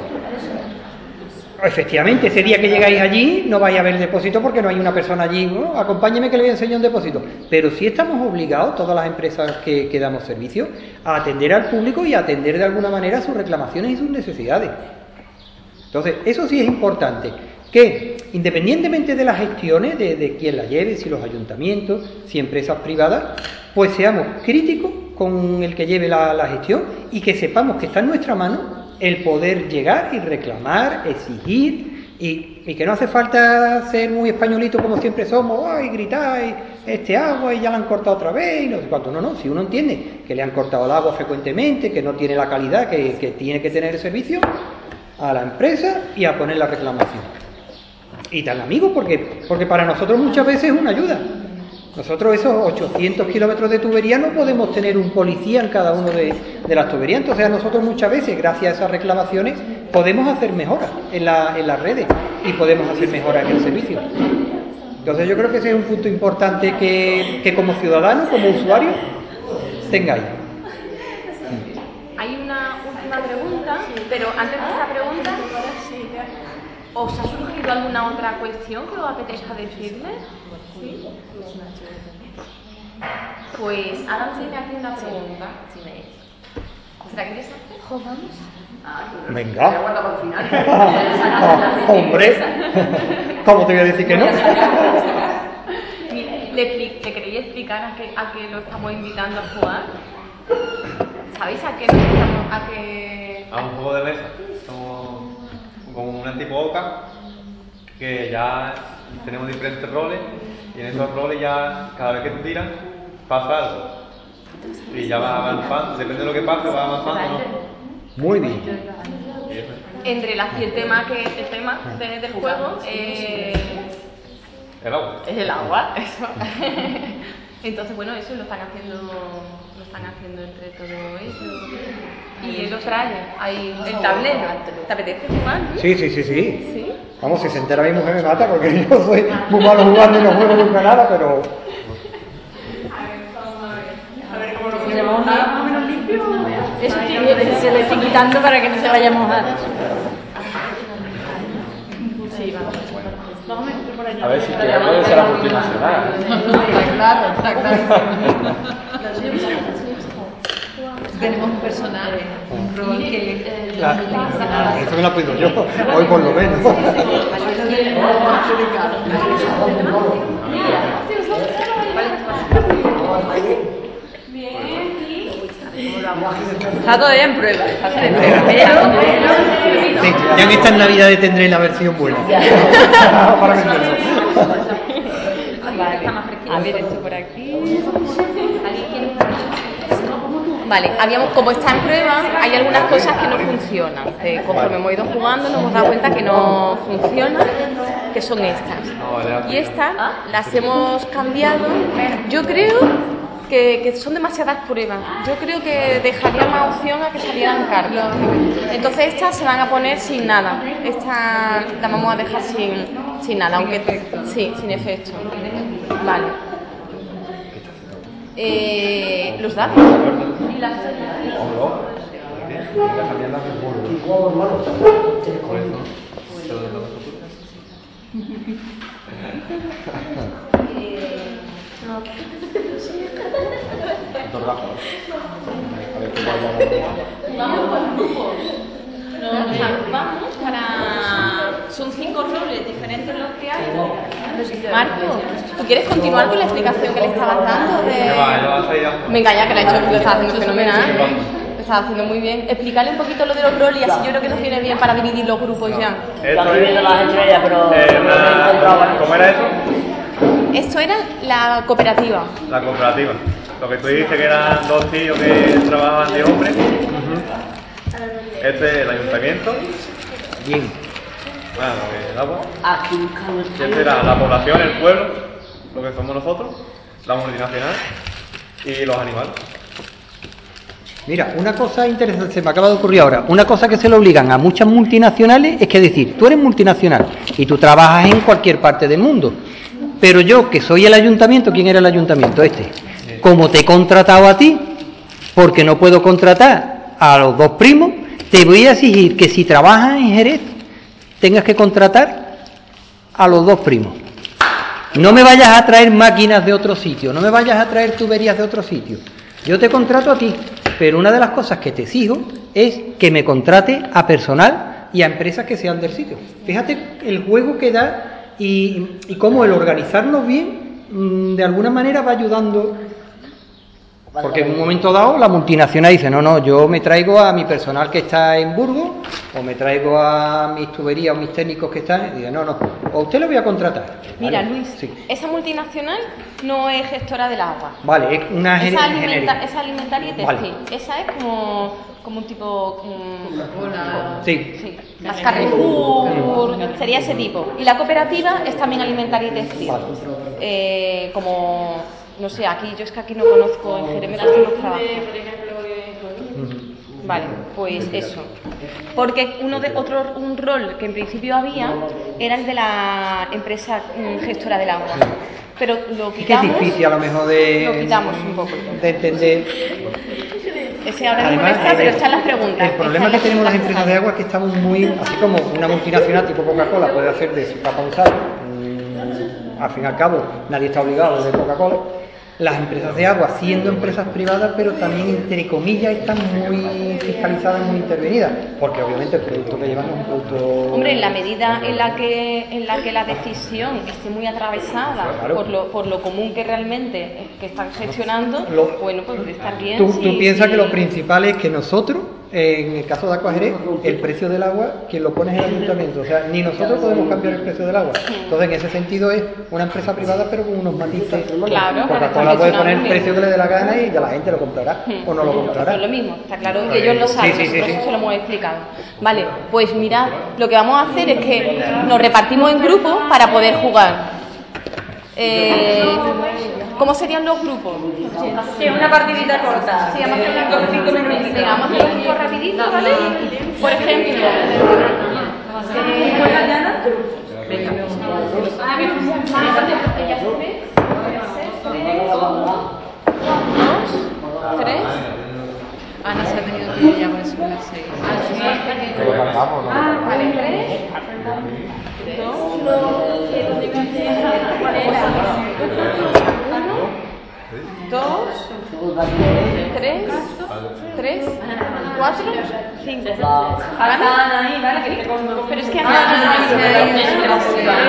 Efectivamente, ese día que llegáis allí no vais a ver el depósito porque no hay una persona allí, ¿no? Acompáñeme que le voy a enseñar un depósito. Pero sí estamos obligados, todas las empresas que, que damos servicio, a atender al público y a atender de alguna manera sus reclamaciones y sus necesidades. Entonces, eso sí es importante, que independientemente de las gestiones, de, de quién la lleve, si los ayuntamientos, si empresas privadas, pues seamos críticos con el que lleve la, la gestión y que sepamos que está en nuestra mano el poder llegar y reclamar, exigir, y, y que no hace falta ser muy españolito como siempre somos, ¡ay, gritar, este agua y ya la han cortado otra vez! Y no sé cuánto. No, no, si uno entiende que le han cortado el agua frecuentemente, que no tiene la calidad que, que tiene que tener el servicio, a la empresa y a poner la reclamación. Y tan amigos, porque, porque para nosotros muchas veces es una ayuda. Nosotros esos ochocientos kilómetros de tubería no podemos tener un policía en cada uno de, de las tuberías. Entonces a nosotros muchas veces, gracias a esas reclamaciones, podemos hacer mejoras en, la, en las redes y podemos hacer mejoras en el servicio. Entonces yo creo que ese es un punto importante que, que como ciudadanos, como usuarios, tengáis. Hay una última pregunta, pero antes de esa pregunta, ¿os ha surgido alguna otra cuestión que os apetezca decirme? ¿Sí? Pues Adam tiene aquí una pregunta. ¿Se la quieres hacer? ¿Jugamos? Venga. Hombre, ¿cómo te voy a decir que no? ¿Le, le queréis explicar a qué, a qué lo estamos invitando a jugar? ¿Sabéis a qué nos invitamos? A, qué... a un juego de mesa. Somos con un tipo oca que ya tenemos diferentes roles y en esos roles ya cada vez que tú tiras pasa algo y ya vas avanzando, depende de lo que pase vas avanzando, ¿no? Muy bien. En relación al tema, que, el tema de, del juego eh, el agua. Es el agua, eso. Entonces, bueno, eso lo están haciendo, lo están haciendo entre todos ellos. Y él lo trae, ahí el tablero. ¿Te apetece jugar? ¿Sí? Sí, sí, sí, sí. ¿Sí? Vamos, si se entera mi mujer me mata porque yo soy muy malo jugando y no juego nunca nada, pero... A ver cómo lo llevamos nada más o menos limpio. Eso sí, se le estoy quitando para que no se vaya a mojar. Sí, vamos. Vamos a meter por allá. A ver si te puede ser la multinacional. Está claro, está claro. Tenemos un personaje, un rol que... Claro. Eso me lo pido yo, hoy por lo menos. Bien, Está todavía en prueba, está todavía en prueba. Pero, pero, Sí, ya en estas navidades tendré la versión buena. Para venderlo. Vale, a ver esto por aquí. Vale, habíamos, como está en prueba, hay algunas cosas que no funcionan. Que conforme hemos ido jugando nos hemos dado cuenta que no funcionan, que son estas. Y estas las hemos cambiado. Yo creo que, que son demasiadas pruebas. Yo creo que dejaría más opción a que salieran cartas. Entonces estas se van a poner sin nada. Estas las vamos a dejar sin, sin nada, aunque sí, sin efecto. Vale. Eh, los dados y las vamos con grupos. Nos agrupamos para. Son cinco roles diferentes los que hay. Marco, ¿tú quieres continuar con la explicación que le estabas dando? De... Venga, ya que la he hecho, lo estás haciendo fenomenal. Lo estás haciendo muy bien. Explicarle un poquito lo de los roles y así yo creo que nos viene bien para dividir los grupos ya. Yo aquí viendo las estrellas, pero Eh, no he encontrado varias. ¿Cómo era eso? Esto era la cooperativa. La cooperativa. Lo que tú dices que eran dos tíos que trabajaban de hombre. Este es el ayuntamiento. Bien. Bueno, lo que es el agua. Aquí buscando Y este era la población, el pueblo, lo que somos nosotros, la multinacional y los animales. Mira, una cosa interesante, se me acaba de ocurrir ahora, una cosa que se le obligan a muchas multinacionales es que decir, tú eres multinacional y tú trabajas en cualquier parte del mundo, pero yo que soy el ayuntamiento, ¿quién era el ayuntamiento? Este. Como te he contratado a ti, porque no puedo contratar a los dos primos, te voy a exigir que si trabajas en Jerez, tengas que contratar a los dos primos. No me vayas a traer máquinas de otro sitio, no me vayas a traer tuberías de otro sitio. Yo te contrato a ti, pero una de las cosas que te exijo es que me contrate a personal y a empresas que sean del sitio. Fíjate el juego que da y, y cómo el organizarnos bien, de alguna manera va ayudando. Porque en un momento dado la multinacional dice, no, no, yo me traigo a mi personal que está en Burgos, o me traigo a mis tuberías o mis técnicos que están, y dice, no, no, o usted lo voy a contratar. Mira, ¿vale? Luis, Sí. Esa multinacional no es gestora del agua. Vale, es una Esa, gener- alimenta, genérica. esa alimentaria y Vale. textil. Esa es como, como un tipo. Um, Sí. sí, más Carrefour, sería ese tipo. Y la cooperativa es también alimentaria y textil. Vale. Eh, como. No sé, aquí, yo es que aquí no conozco en Jerez, me cuesta más trabajo. Vale, pues eso. Porque uno de otro un rol que en principio había era el de la empresa mm, gestora del agua. Pero lo Es que es quitamos. difícil a lo mejor de, Lo quitamos un poco. de entender. Ese ahora mismo no Además, está, pero eh, están las preguntas. el problema Están que las tenemos las preguntas empresas de agua es que estamos muy, así como una multinacional tipo Coca-Cola puede hacer de su capa un sal, mm, al fin y al cabo nadie está obligado de Coca-Cola. Las empresas de agua, siendo empresas privadas, pero también entre comillas están muy fiscalizadas, muy intervenidas, porque obviamente el producto que llevan es un producto. Hombre, en la medida en la que en la que la decisión esté muy atravesada Claro. por lo por lo común que realmente que están gestionando, Lo- bueno, pues puede estar bien. Tú, si- tú piensas si- que lo principal es que nosotros, en el caso de Agua Jerez, el precio del agua, quien lo pone es el ayuntamiento. O sea, ni nosotros podemos cambiar el precio del agua. Entonces, en ese sentido es una empresa privada, pero con unos matices. Claro, Coca-Cola puede poner el bien. precio que le dé la gana y ya la gente lo comprará o no lo Pero comprará. es lo mismo, está claro que ellos lo saben, Sí, sí, sí, nosotros sí. se lo hemos explicado. Vale, pues mirad, lo que vamos a hacer es que nos repartimos en grupos para poder jugar. Eh, ¿Cómo serían los grupos? Sí, una partidita corta. Sí, vamos a hacer Con cinco minutitos. Venga, vamos a hacer un grupo rapidito, ¿vale? Por ejemplo, eh, Venga. ahora mismo vamos a hacer ellas tres, dos, tres. Ana se ha tenido que ir ya por eso las seis. Vale, tres, dos, dos, tres, tres, cuatro, cinco. Ana ahí, ¿vale? Que te pongo. Pero es que Ana no se ha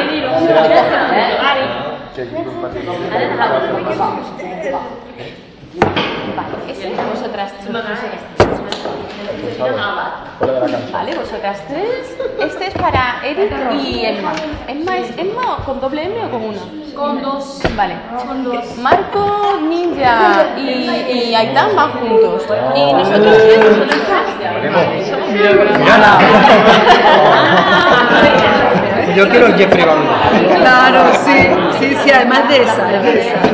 ido. Vale, ese, vosotras tres. Vale, vosotras tres. Este es para Eric y Emma. ¿Emma es Emma con doble M o con una? Con dos. Vale. Con dos. Marco, Ninja y, y Aitán van juntos. Y nosotros tres, nosotros tres. Yo quiero el Jeffrey Bauer. Claro, sí, sí, sí, además de esa, es de esa.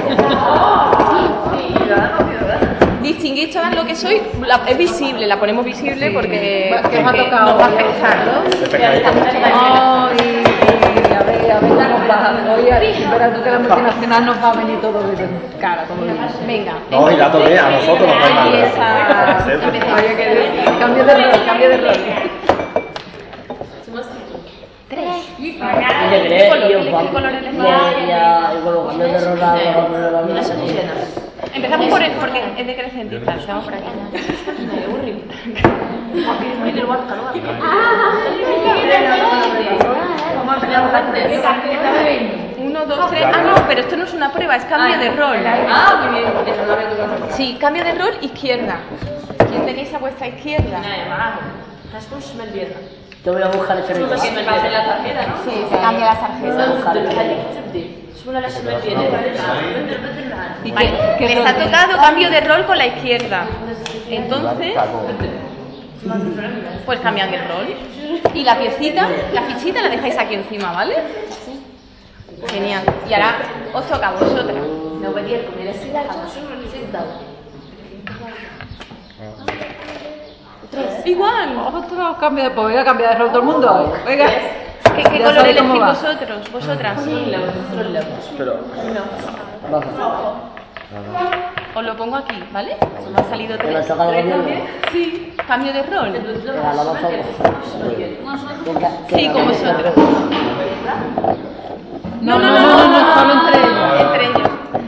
Distinguís todas lo que sois, la- es visible, la ponemos visible porque, Que os ha porque tocado. nos va a afectar, ¿no? Ay, a ver, a ver cómo va. Hoy, verás tú que la multinacional nos va a venir todo de cara, como digo. Venga. No, y la toqué, a nosotros nos cae mal. Empieza. empieza. Oye, que de- cambio de rol, cambio de rol. ¿Y te crees? Y os vamos. Y ya, y con los cambios de rol a los No somos llenas. Empezamos por el, porque es decrecentista, empezamos por aquí. Uno, dos, tres. Ah, no, pero esto no es una prueba, es cambio de rol. Ah, muy bien. Eso no había tocado. Sí, cambio de rol, izquierda. ¿Quién tenéis a vuestra izquierda? Yo voy a buscar el Porque cerebro. me pase la tarjeta, ¿no? Sí, se cambia las tarjetas. Vale, les ha tocado cambio de rol con la izquierda. Entonces, pues cambian el rol. Y la piecita, la fichita la dejáis aquí encima, ¿vale? Genial. Y ahora os toca a vosotras. No venía el comer así, la cosa solo sentado. Igual. Otro cambio de, pues voy a cambiar de rol todo el mundo. Venga. ¿Qué, qué Ya color sabéis cómo elegís va. vosotros? ¿Vosotras? Pero, Os lo pongo aquí, ¿vale? Me han salido Que nos tres. toca el gobierno. Sí, cambio de rol. Venga, no nosotros. Sí, con vosotros. No, no, no, no, no, solo entre ellos. Entre ellos.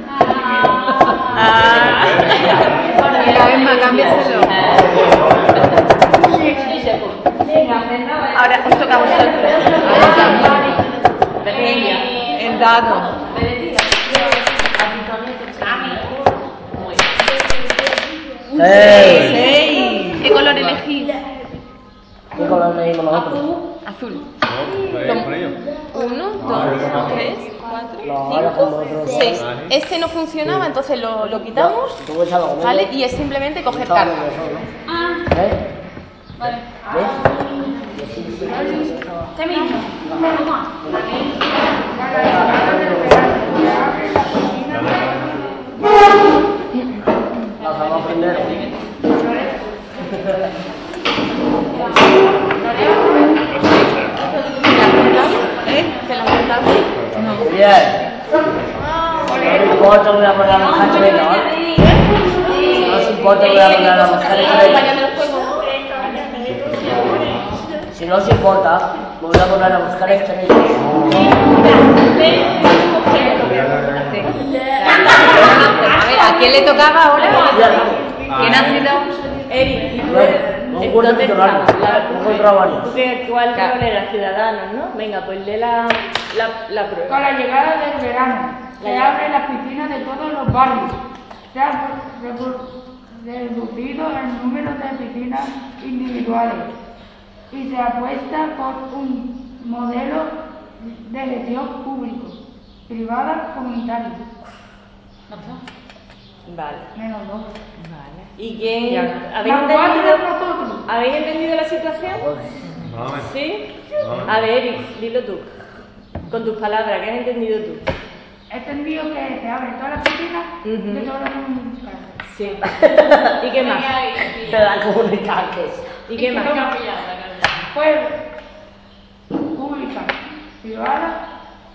Ah. Mira, Emma, cámbiaselo. Ahora os toca a vosotros. El dado. ¡Ey! Seis. ¿Qué color elegís? ¿Qué color leímos nosotros? Azul. ¿No? ¿Con con ellos? Uno, dos, tres, cuatro, No, era como cinco, otro. seis. Este no funcionaba, entonces lo, lo quitamos, Tú ves algo, ¿no? ¿vale? Y es simplemente coger Estaba cartas. nervioso, ¿no? ¿Ves? ¿Ves? Este mismo. Toma. Las vamos primero. ¿Eh? ¿Te la contado? Bien. No me importa, voy a poner a buscar el ¿no? No os importa, voy a poner a buscar el Acompañando el juego. Si no os importa, me voy a poner a buscar el A ver, ¿a quién le tocaba ahora? ¿Quién ha sido? Eric, y tú No, eres. no ¿Dónde encuentro estamos? titular, La- no encuentro varios. ¿Tú qué, cuál rol era? Ciudadanos, ¿no? Venga, pues lee la, la, la Con prueba. la llegada del verano, se abren las piscinas de todos los barrios. Se ha redu- reducido el número de piscinas individuales y se apuesta por un modelo de gestión público, privada, comunitaria. Vale. Menos dos. ¿Y quién? Las ¿Habéis cuatro de entendido, nosotros. ¿habéis entendido la situación? Más o menos. ¿Sí? Más o menos. A ver, Eric, dilo tú. Con tus palabras, ¿qué has entendido tú? He entendido que se abren todas las piscinas Ujú. de todas las comunidades. Sí. ¿Y qué más? De la comunicantes. ¿Y qué más? Pues, pública, privada,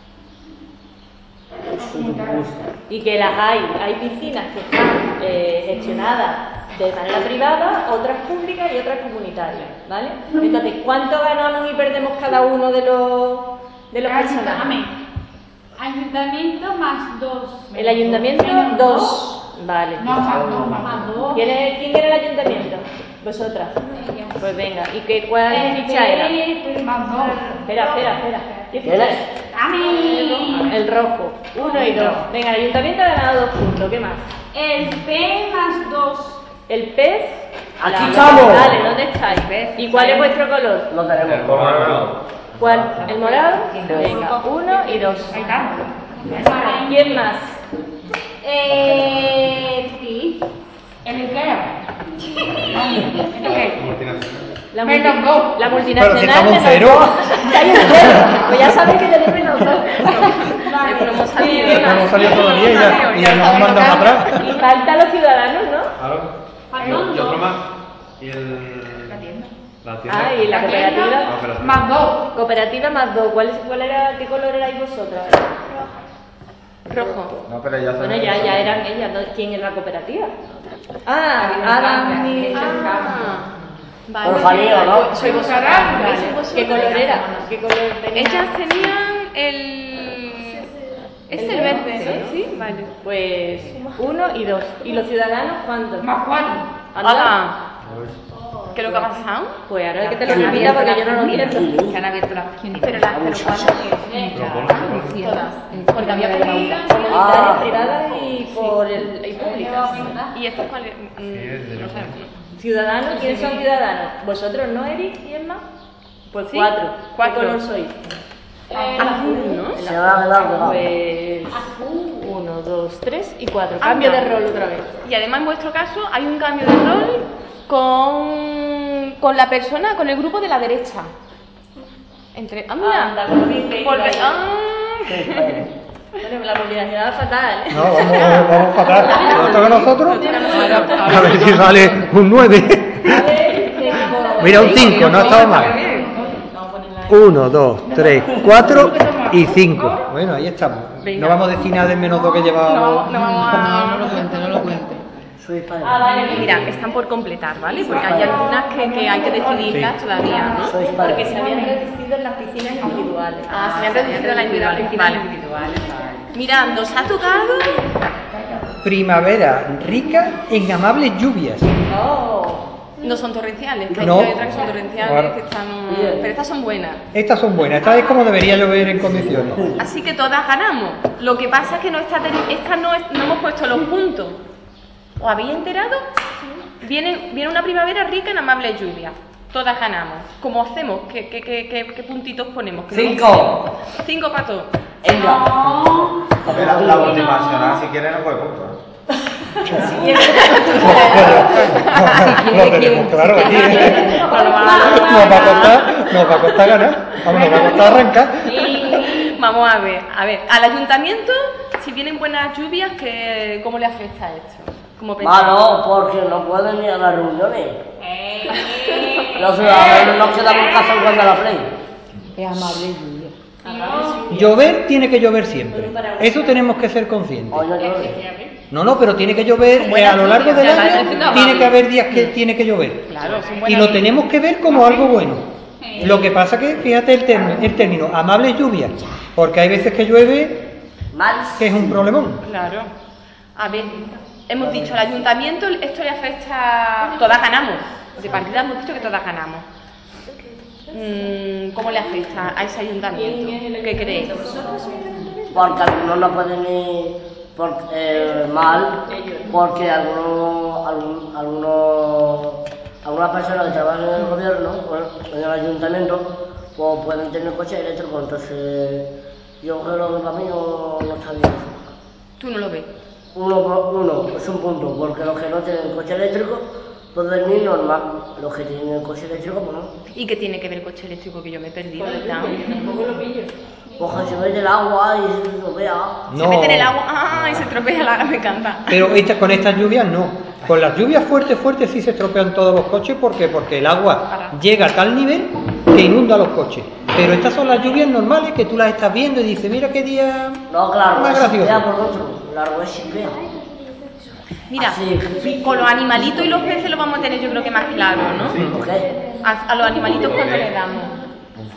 comunitaria. Y que las hay. Hay piscinas que están eh, gestionadas de manera privada, otras públicas y otras comunitarias, ¿vale? Entonces, ¿cuánto ganamos y perdemos cada uno de los, de los personajes? Ayuntamiento más dos. El ayuntamiento, Menos dos. Vale. No, más dos, más dos. ¿Quién, es- ¿Quién era el ayuntamiento? Vosotras. Pues venga, ¿y qué, cuál ficha era? Más dos. Espera, espera, espera. ¿Qué ficha es? A mí. El rojo. Uno y dos. Venga, el ayuntamiento ha ganado dos puntos. ¿Qué más? El P más dos. El pez. Aquí La- estamos. Vale, ¿dónde estáis? ¿Y cuál es vuestro color? No tenemos. El morado. ¿Cuál? ¿El morado? Venga, uno y dos. ¿Quién más? Eh. Sí. ¿El Ikea? Multinacional. La, Menos multi- dos. la Pero si multinacional. estamos en menos cero. dos. Estáis en cero. Pues ya sabéis que tenéis menos dos. Vale, pero hemos salido. ¿Qué No más? hemos salido todavía y ya, y ya nos han mandado atrás. Y faltan los ciudadanos, ¿no? Claro. Y otro más. Y el. La tienda. La tienda. Ah, y la cooperativa. Cooperativa. Más dos. Cooperativa más dos. ¿Cuál, es, cuál era, ¿Qué color erais vosotras? Rojo. No, pero ya Bueno, ya, ya eran ellas. ¿no? ¿Quién es la cooperativa? Ah, Adam y... Ah, Pero vale. salido, ¿no? Soy vosotras. Vale. Sois vosotras. ¿Qué color era? ¿Qué color tenía? Ellas tenían el... Es el verde, ¿no? Sí, vale. Pues uno y dos. ¿Y los ciudadanos cuántos? Más cuatro. Anda. Hola. ¿Qué es lo que ha pasado? Pues ahora es que te lo repita porque yo no lo entiendo. Que han abierto las piscinas. Pero las, pero ¿cuándo? Todas. Porque había públicas, Ah. comunitarias, privadas y, por el, y públicas. ¿Y estos cuáles? Mm, es no sé. ¿Ciudadanos? ¿Quiénes son ciudadanos? ¿Vosotros no, Eric? ¿Y es más? Pues Sí, cuatro. cuatro. ¿Qué color sois? Azul, ¿no? Se va a ganar, ¿verdad? Pues uno, dos, tres y cuatro. Cambio de rol otra vez. Y además en vuestro caso hay un cambio de rol con, con la persona, con el grupo de la derecha. Entre... Ah, mira. Anda, como dice. Porque... Ah. Bueno, la combinación era fatal, ¿eh? No, vamos, vamos para atrás. ¿Nos toca a nosotros? A ver si sale un nueve. Mira, un cinco, no ha estado mal. uno, dos, tres, cuatro y cinco. Bueno, ahí estamos. No vamos a decir nada del menos dos que llevábamos. No, no vamos a... No lo cuente, no lo cuente. Soy español. Ah, vale. Mira, están por completar, ¿vale? Porque hay algunas que, que hay que decidirlas todavía, ¿no? Soy Porque español. se habían reducido en las piscinas individuales. Ah, se me han reducido las individuales. Vale. Mirando, os ha tocado... Primavera rica en amables lluvias. Oh. No son torrenciales, que hay No. otras que son torrenciales, Claro. que están... Pero estas son buenas. Estas son buenas. Esta es como debería llover en condiciones. Así que todas ganamos. Lo que pasa es que no está teni- esta no, es- no hemos puesto los puntos. ¿Os habéis enterado? Viene, viene una primavera rica en amables lluvias. Todas ganamos. ¿Cómo hacemos? ¿Qué, qué, qué, qué, qué puntitos ponemos? ¿Qué Cinco. Cinco para todos. Venga. A ver, la, la multinacional, si quiere, no puede punto. ¿eh? Lo tenemos claro aquí. ¿eh? Nos va a costar, nos va a costar ganar. Vamos, nos va a costar arrancar. Vamos a ver. A ver, al ayuntamiento, si vienen buenas lluvias, ¿qué, ¿cómo le afecta esto? ¿Cómo pensáis? Malo, porque no pueden ir a las reuniones. Los ciudadanos no quedan en casa jugando a la play. Es amable lluvia. Llover tiene que llover siempre. Eso tenemos que ser conscientes. Hoy no llueve. No, no, pero tiene que llover eh, a lo largo del año. Tiene que haber días que tiene que llover. Claro, son Y buenas lo lluvias. tenemos que ver como algo bueno. Lo que pasa que, fíjate el, term- el término, amable lluvia, porque hay veces que llueve Mal. que es un problemón. Claro. A ver, hemos dicho al ayuntamiento esto le afecta, todas ganamos. De partida hemos dicho que todas ganamos. Mm, ¿Cómo le afecta a ese ayuntamiento? ¿Qué creéis? Porque algunos no pueden ir por, eh, mal, porque algunos, algún- algunos, algunas personas que trabajan en el gobierno, bueno, en el ayuntamiento, pues pueden tener coche eléctrico, entonces yo creo que para mí no, no está bien. Tú no lo ves. Uno, por- uno es un punto, porque los que no tienen coche eléctrico pueden ir normal, los que tienen el coche eléctrico, pues no. ¿Y qué tiene que ver el coche eléctrico que yo me he perdido? ¿verdad? Pues que se mete el agua y se estropea. Se mete en el agua, ¡ah! Y se estropea la... Me encanta. Pero esta- con estas lluvias no. Con las lluvias fuertes, fuertes sí se estropean todos los coches. ¿Por qué? Porque el agua llega a tal nivel que inunda los coches. Pero estas son las lluvias normales que tú las estás viendo y dices, mira qué día No, claro, más es chispea gracioso. por otro, la agua es chispea. Mira, Así. con los animalitos y los peces lo vamos a tener yo creo que más claro, ¿no? ¿Por qué? A, a los animalitos cuando le damos.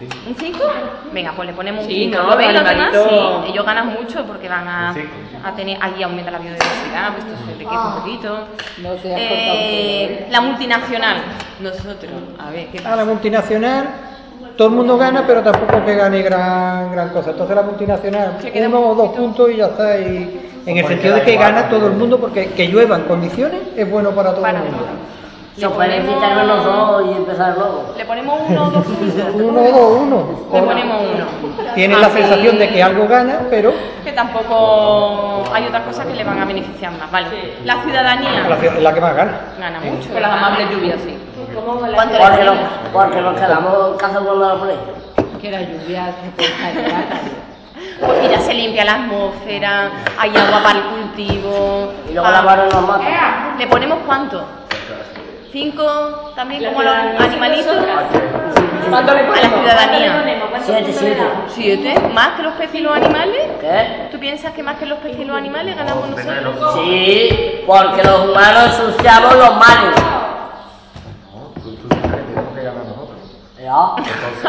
¿Un cinco? Venga, pues le ponemos un Sí, cinco. no, ¿Lo veis los los demás? animalitos- Sí, ellos ganan mucho porque van a, Un cinco. a tener... Ahí aumenta la biodiversidad, pues esto se enriquece un poquito. No te has Eh, la multinacional. Nosotros, a ver, ¿qué A la pasa? multinacional, todo el mundo gana, pero tampoco que gane gran, gran cosa. Entonces la multinacional, Se queda uno un o dos poquito. puntos y ya está. Y en el Puede sentido de quedar que igual, gana todo el también. mundo, porque que llueva en condiciones es bueno para todo Para el mundo. todo. Se pueden quitar menos dos y empezar de nuevo. Le ponemos uno o dos puntos. Uno o dos, uno. Le ponemos uno. Tienes la Así sensación de que algo gana, pero que tampoco hay otras cosas que le van a beneficiar más, ¿vale? La ciudadanía la, es la que más gana. gana mucho. Con las amables lluvias, sí. ¿Cuánto le Porque, ponemos? no, porque nos quedamos en casa cuando la ponéis. Que la lluvia se puede caer la calle. Pues mira, se limpia la atmósfera, hay agua para el cultivo. Y luego ah, la mano nos mata. ¿Le ponemos cuánto? ¿Cinco también como a los animalitos? ¿Cuánto le A la ponemos? ciudadanía. Siete, siete. ¿Siete? ¿Más que los peces y los animales? ¿Qué? ¿Tú piensas que más que los peces y los animales ganamos nosotros? Sí, porque los humanos ensuciamos los mares. No, tú, tú dices que tenemos que ganar nosotros. Ya.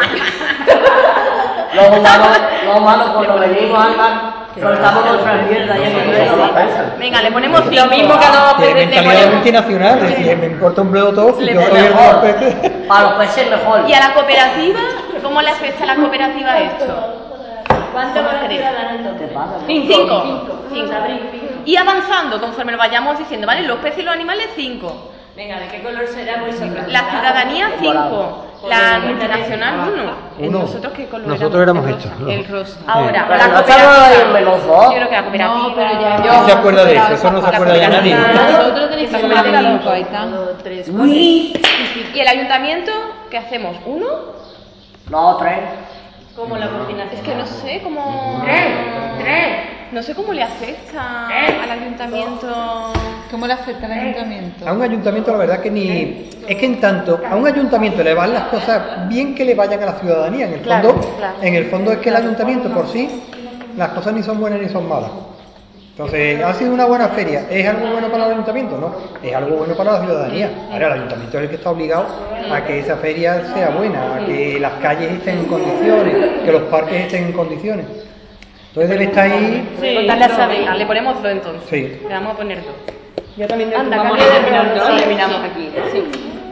Los humanos, los humanos cuando venimos al mar, soltamos nuestra mierda y en el Venga, le ponemos cinco. Lo mismo que a los Tiene peces le mentalidad ponemos. multinacional, es decir, me importa un bledo todo, si Le yo soy el de los mejor. peces. Para los peces mejor. ¿Y a la cooperativa? ¿Cómo le afecta a la cooperativa esto? ¿Cuánto ¿Cómo va a crees? ciudadano? ¿Qué pasa? Cinco. Cinco. Cinco. Y avanzando conforme lo vayamos diciendo, ¿vale? Los peces y los animales, cinco. Venga, ¿de qué color será vosotros? La ciudadanía, cinco. La multinacional, uno. Uno. ¿Nosotros qué color Nosotros éramos El estos, rosa. ¿no? El rosa. Ahora, Pero la no estamos ahí en cooperativa. menos dos. Yo creo que la cooperativa. No, pero ya ¿Quién se acuerda de eso? Eso no se La acuerda ya nadie. cooperativa. Nosotros tenéis que Esta poner cooperativa, cinco, ahí está. Tres, Uy. ¿Y el ayuntamiento? ¿Qué hacemos? ¿Uno? No, tres. como la multinacional. Es que no sé cómo... Tres, tres. No sé cómo le afecta al ayuntamiento... ¿Cómo le afecta al ayuntamiento? A un ayuntamiento la verdad que ni... Es que en tanto a un ayuntamiento le van las cosas bien que le vayan a la ciudadanía. En el Claro, fondo, claro. en el fondo es que el ayuntamiento por sí, las cosas ni son buenas ni son malas. Entonces, ¿ha sido una buena feria? ¿Es algo bueno para el ayuntamiento? No, es algo bueno para la ciudadanía. Ahora, el ayuntamiento es el que está obligado a que esa feria sea buena, a que las calles estén en condiciones, que los parques estén en condiciones. Entonces debe estar ahí... Sí, contarle a Sabina, le ponemos dos entonces. Sí. Le vamos a poner dos. Yo también le Anda, vamos cambio a de terminar, rol, ¿no? sí. Terminamos aquí. Sí.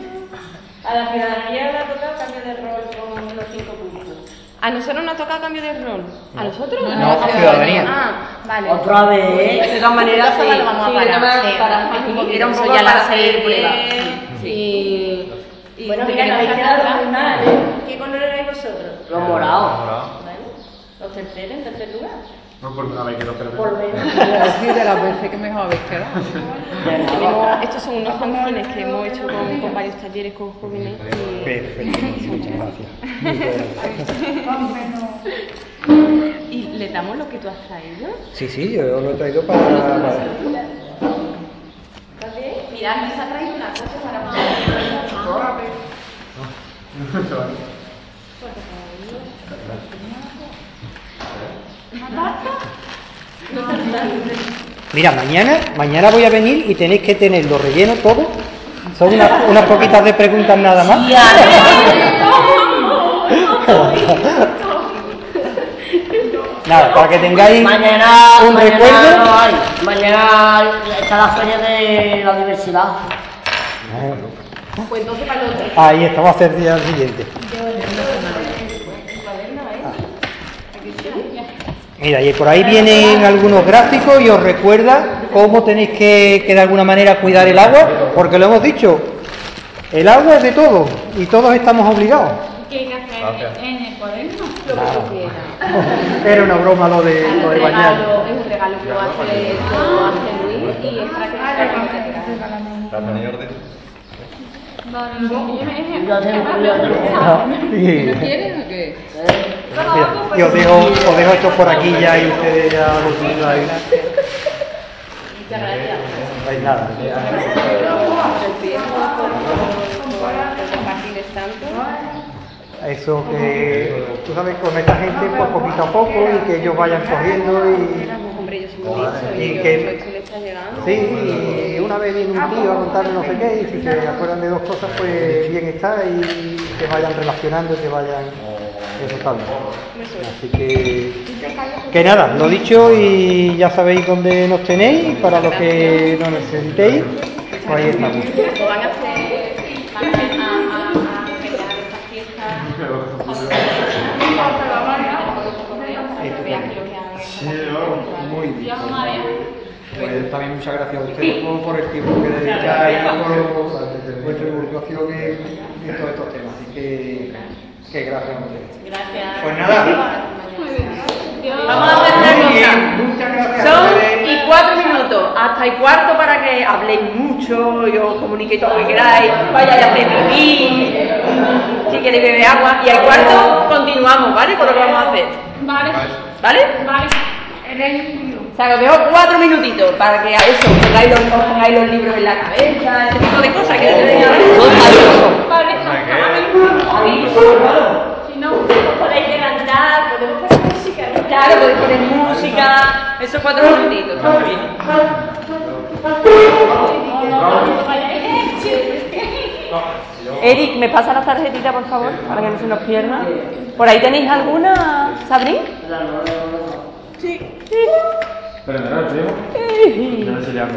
A la ciudadanía le ha tocado cambio de rol con unos cinco puntos. ¿A nosotros nos toca cambio de rol? ¿A nosotros? No, a ciudadanía. Ah, vale. Otra vez. De todas maneras, Nosotros sí. lo vamos a Sí, de parar. todas maneras, Sí, para- es un poquito, era un eso poco ya la para hacer serie prueba. y... y Bueno, te mira, nos queremos habéis quedado hacer muy mal, ¿eh? ¿Qué color erais vosotros? Los morados. Bueno, los terceros, en tercer lugar. No, por una vez que lo perdemos. Por menos. Sí, de las veces que mejor habéis quedado. Tenemos- estos son unos fanzines que hemos hecho con, con varios talleres con jóvenes y Perfecto, muchas gracias. Con menos. y le damos lo que tú has traído. Sí, sí, yo lo he traído para... para- Mira, Luis ha traído una cosa para Mira, mañana, mañana voy a venir y tenéis que tenerlo relleno todo. Son unas, unas poquitas de preguntas nada más. Nada, para que tengáis Mañana, un mañana recuerdo. no hay. Mañana está la feria de la diversidad. Pues entonces para el otro. Ahí está, va a ser el día siguiente. Mira, y por ahí vienen algunos gráficos y os recuerda cómo tenéis que, que de alguna manera cuidar el agua, porque lo hemos dicho, el agua es de todos y todos estamos obligados. ¿Qué hay que hacer Gracias. en el cuaderno? Lo que tú quieras. Era una broma lo de, Es lo un de bañar. regalo, es un regalo que lo hace, lo hace Luis y es para que Ah, nosotros no te regálame, quedamos. regálame. ¿La tenéis orden? Vale, yo- Yo tengo cuidado. Ah, ¿No y- quieres o qué? Mira, y os dejo, os dejo esto por aquí ya y ustedes ya lo utilizáis. Pues nada. Compartir tanto. Eso que tú sabes con esta gente pues poquito a poco y que ellos vayan cogiendo y Hombre, yo soy muy listos Y y yo que- esto le está llegando. sí, y una vez viene un tío a contarle no sé qué y si se acuerdan de dos cosas pues bien está y que vayan relacionando y que vayan eso está bien. Así que, que nada, lo dicho, y ya sabéis dónde nos tenéis, para lo que nos necesitéis, pues ahí estamos. ¿O van a hacer, van a, a, a, a festejar estas fiestas? Sí, muy bien. Pues también muchas gracias a ustedes por, por el tiempo que dedicáis y por vuestra divulgación en, en todos estos temas. Así que, que gracias a ustedes. Gracias. Pues nada. Vamos a hacer una Muy cosa. bien, muchas gracias. Son y cuatro minutos, hasta y cuarto para que habléis mucho, y os comuniquéis todo lo que queráis, vayáis a hacer pipí, si queréis beber agua, y al cuarto continuamos, ¿vale? Con lo que vamos a hacer. Vale. ¿Vale? Vale. Eres mío. O sea, que os dejo cuatro minutitos para que a eso pongáis los, os pongáis los libros en la cabeza, ese tipo de cosas que tenéis ahora. Vale, Si no, os podéis levantar, podemos poner música. ¿no? Claro, podéis poner música, esos cuatro minutitos, está muy bien. Eric, ¿me pasa la tarjetita, por favor? Para que no se nos pierda. ¿Por ahí tenéis alguna, Sabri? Sí. Pero me da el primo. No sé si le hablo.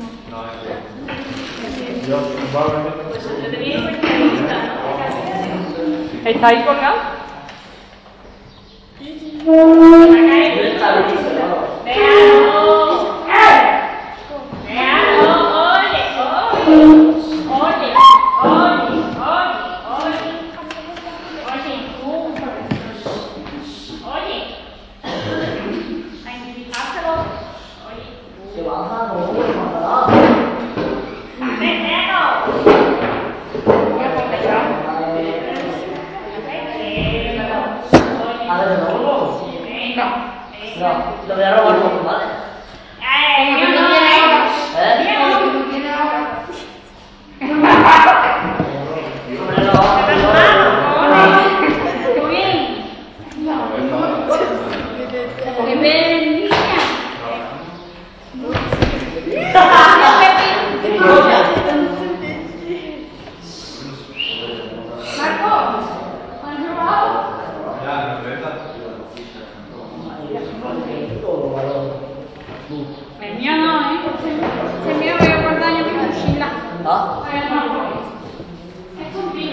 Yo, ¿Está ahí colgado? No, lo voy a robar un poco, ¿vale? Como tú no tienes ahora. ¿Eh? Como tú no tienes ahora. Hombre, no. Muy bien. ¡Qué bien, niña! Marco, ¿has robado? Ya, no me El mío no, ¿eh? Ese mío voy a guardar yo en mi mochila. ¿Ah? Ay, no. Es contigo.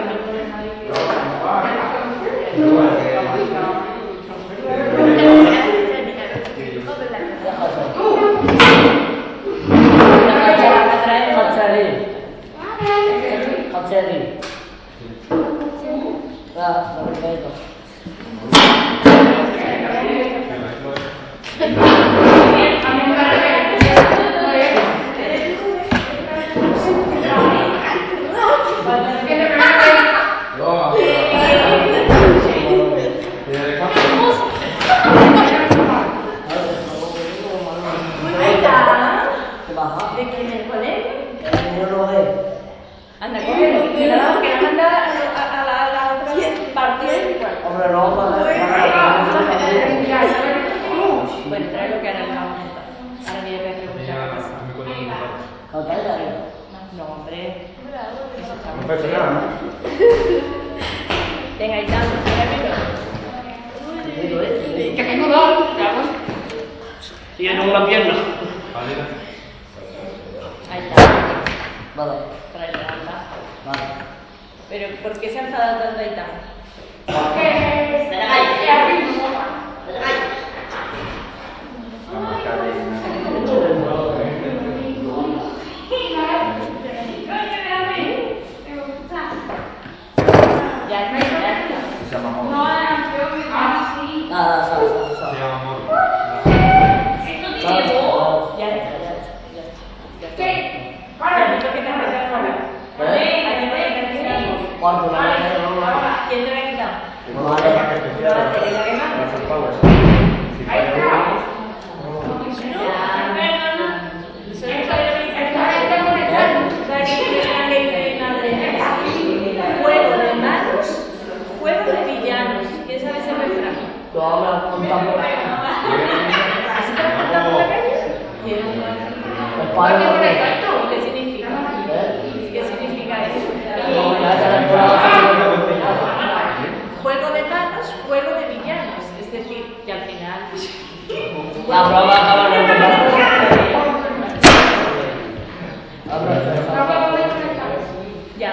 ¿De quién es el colegio? Yo lo veo. Anda, cógelo. Que la que la manda a, a la, a la otra partida igual. Hombre, no, para Bueno, trae lo que hará en la junta. Ahora viene a preguntar qué pasa. No, hombre. Eso está muy profesional, ¿no? Venga, y tanto, Que tengo dos. Sí, yo tengo una pierna. ahí está. Vale. Trae la anda. Vale. Pero, ¿por qué se ha enfadado tanto ahí tan? Porque ¡Ven acá! ¡Ven acá! Ya, ya, ya. no, ah, sí. Nada, nada, nada. Se llama amor. Esto te llevó. Ya, ya, ya. Ya. ¿Qué? Ya, Para. digo que te ha quitado ahora. ¿Eh? ¿A quién te va a quitar? Cuarto, no, no, no. ¿Quién te va a quitar? Vale. Ahí está. Juego de manos, juego de villanos. ¿Quién sabe ese refrán? Yo me lo contamos. ¿Así te lo contamos en la calle? ¿Quién? El padre de ¿Y qué significa? ¿Eh? ¿Qué significa eso? No, ya, ya, ya. Juego de manos,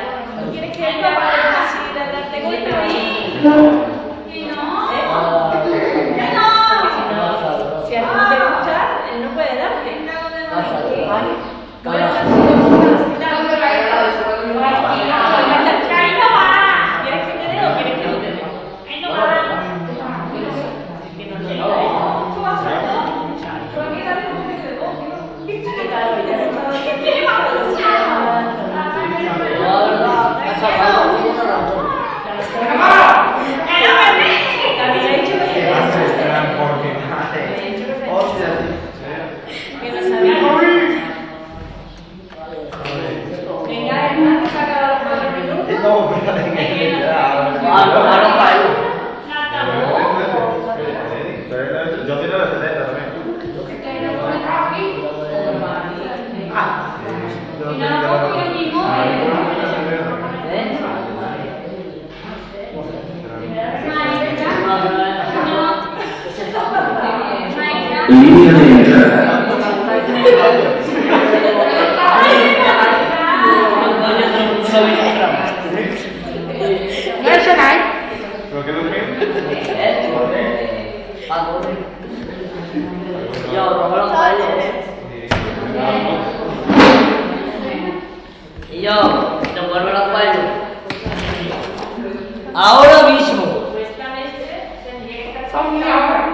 ¿no quieres que ella vaya así de darte golpe ahí? ¿Y no? ¿Eh? ¡No! Si a ti no te gusta, él no puede darte. Bueno, ahí no va. ¿Quieres que te dé o quieres que no te dé? Ahí no va. Que no te da. ¿Tú vas a hacer? Tú aquí dale un poquito de voz. ¿Qué tal? ¿Qué tiene más Yo quiero la setenta también. ¿Pero qué es lo Yo, Romero Paelo. Y yo, te vuelvo a Paelo. Ahora mismo. Supuestamente tendría que estar con ahora.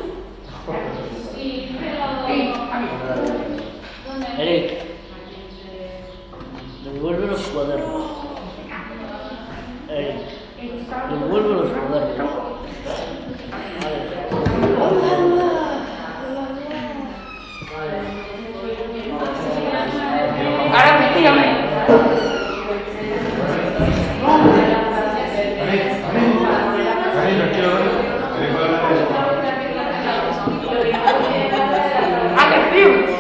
Sí, pero... Eric, devuelve los cuadernos. Eric, devuelve los cuadernos. Ahora me estoy hombre. ¡Ah, qué frío!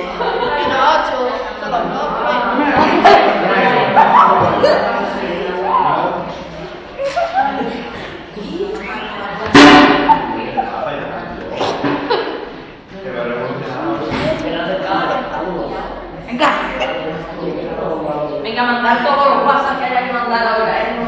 Venga. Venga, mandar todos los WhatsApp que haya que mandar ahora, ¿eh?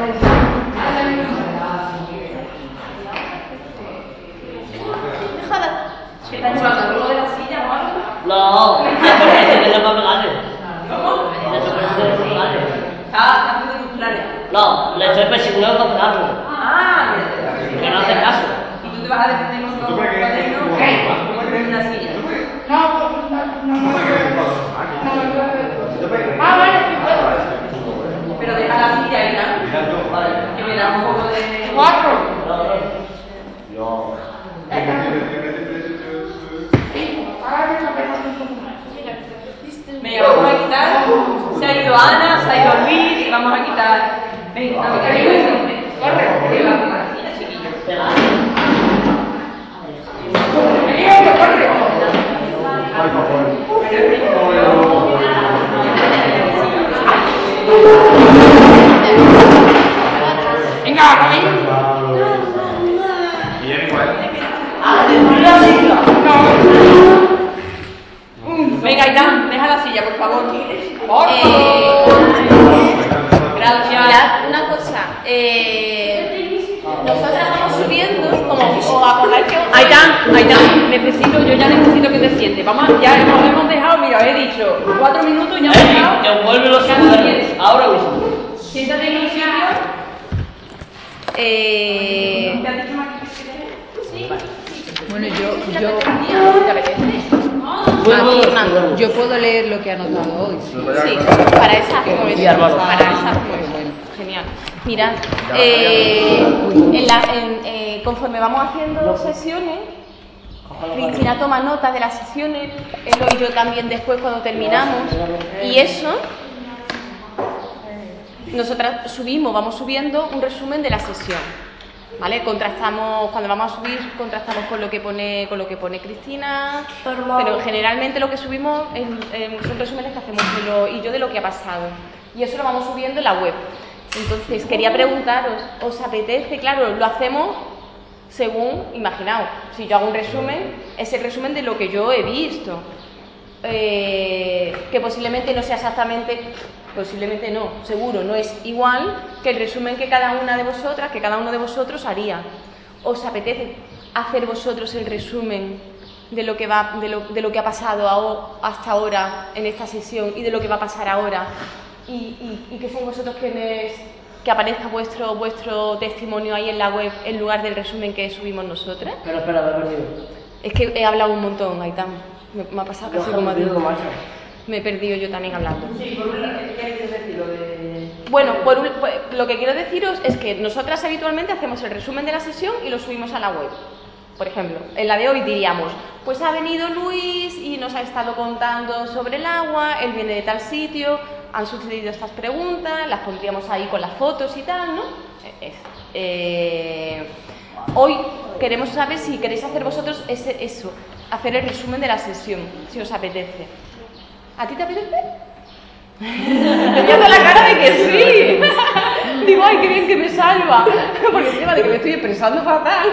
Déjala. ¿Qué te ha llevado? ¿Lo de la silla o algo? No, ya parece que se va a pegar. ¿Cómo? Eso parece que se va a pegar. Ah, está muy claro. No, le estoy persiguiendo para pegarlo. Ah, Que no hace caso. ¿y tú te vas a defender con los cuadernos? En la silla. No, no, no, no. Ah, vale, sí puedo. Pero deja la silla ahí, ¿no? Que me da un poco de... Cuatro. Yo. Ahora me lo pego un poco más. Venga, vamos a quitar. Se ha ido Ana, se ha ido Luis, vamos a quitar. Venga, a ver, corre. Que va a la silla, chiquillo. Venga, corre. Venga, David. Bien, igual. Venga, Irán, deja la silla, por favor. Por Eh, favor. Gracias. Mirad una cosa, eh, nosotras vamos subiendo, como os acordáis que os... Aitán, Aitán, necesito, yo ya necesito que te sientes. Vamos, a- ya nos hemos dejado, mira, he dicho cuatro minutos y ya hemos dejado. Devuelve los Ya cuadernos. tienes. Ahora mismo. Siéntate en un sitio. Eh, ¿Te has dicho más que quieres? Sí. Bueno, yo, yo, ¿te apetece? Devuelve los Aquí, cuadernos. yo puedo leer lo que he anotado hoy. Sí. Sí, para esa como Sí, hermano. para esa como genial. Mirad, eh, en la- en, eh, conforme vamos haciendo sesiones, Cristina toma notas de las sesiones, Elo y yo también después cuando terminamos, y eso, nosotras subimos, vamos subiendo un resumen de la sesión, ¿vale? Contrastamos, cuando vamos a subir, contrastamos con lo que pone, con lo que pone Cristina, pero generalmente lo que subimos en- en- son resúmenes que hacemos Elo y yo de lo que ha pasado, y eso lo vamos subiendo en la web. Entonces, quería preguntaros, ¿os apetece? Claro, lo hacemos según, imaginaos, si yo hago un resumen, es el resumen de lo que yo he visto. Eh, que posiblemente no sea exactamente posiblemente no, seguro, no es igual que el resumen que cada una de vosotras, que cada uno de vosotros haría. ¿Os apetece hacer vosotros el resumen de lo que va, de lo, de lo que ha pasado a, hasta ahora en esta sesión y de lo que va a pasar ahora? Y, y, y que seáis vosotros quienes, que aparezca vuestro, vuestro testimonio ahí en la web en lugar del resumen que subimos nosotras. Pero espera, me he perdido. Es que he hablado un montón, Aitán. Me, me ha pasado casi como a ti. Macho. Me he perdido yo también hablando. Sí, por un lado, ¿qué quieres decir lo de...? Bueno, por un, pues, lo que quiero deciros es que nosotras habitualmente hacemos el resumen de la sesión y lo subimos a la web. Por ejemplo, en la de hoy diríamos, pues ha venido Luis y nos ha estado contando sobre el agua, él viene de tal sitio, han sucedido estas preguntas, las pondríamos ahí con las fotos y tal, ¿no? Eh, eh, hoy queremos saber si queréis hacer vosotros ese, eso, hacer el resumen de la sesión, si os apetece. ¿A ti te apetece? Tenía toda la cara de que sí. Digo, ay, qué bien que me salva. Porque encima de que me estoy expresando fatal.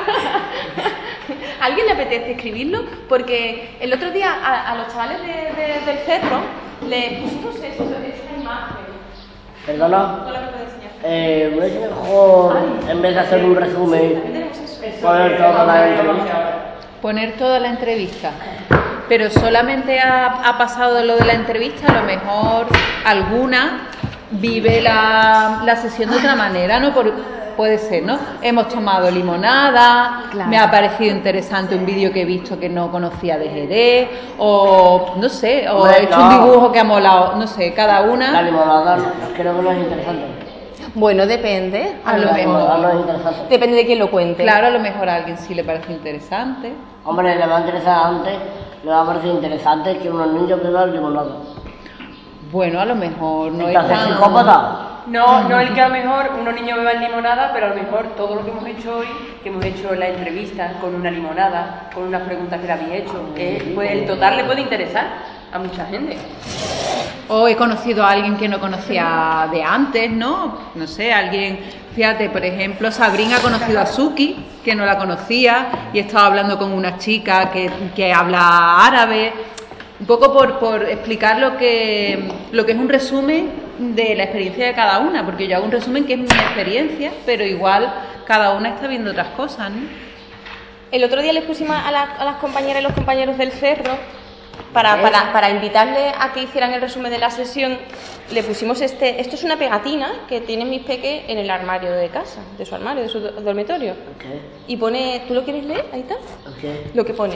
¿A alguien le apetece escribirlo? Porque el otro día a, a los chavales de, de, del cerro le pusimos eso, esa imagen. Perdona. Eh, ¿no es mejor, en vez de hacer un resumen, poner toda la entrevista? Poner toda la entrevista. Pero solamente ha, ha pasado lo de la entrevista, a lo mejor alguna vive la, la sesión de otra manera, ¿no? Por, puede ser, ¿no? Hemos tomado limonada, claro. Me ha parecido interesante un vídeo que he visto que no conocía de Jerez, o no sé, o he hecho un dibujo que ha molado, no sé, cada una. La limonada creo que no es interesante. Bueno, depende. A lo mejor. No es interesante. Depende de quién lo cuente. Claro, a lo mejor a alguien sí le parece interesante. Hombre, le va a interesar antes, le va a parecer interesante que unos niños beban limonada. Bueno, a lo mejor no es tan... psicópata? No, no el que a lo mejor unos niños beban limonada, pero a lo mejor todo lo que hemos hecho hoy, que hemos hecho la entrevista con una limonada, con unas preguntas que le habéis hecho, eh, pues el total le puede interesar a mucha gente. O he conocido a alguien que no conocía de antes, ¿no? No sé, alguien, fíjate, por ejemplo, Sabrina ha conocido a Suki, que no la conocía, y estaba hablando con una chica que, que habla árabe, un poco por, por explicar lo que, lo que es un resumen de la experiencia de cada una, porque yo hago un resumen que es mi experiencia, pero igual cada una está viendo otras cosas, ¿no? El otro día les pusimos a, la, a las compañeras y los compañeros del cerro, Para, para, para invitarle a que hicieran el resumen de la sesión, le pusimos este, esto es una pegatina que tienen mis peques en el armario de casa, de su armario, de su dormitorio. Okay. Y pone, ¿tú lo quieres leer? Ahí está. Okay. Lo que pone.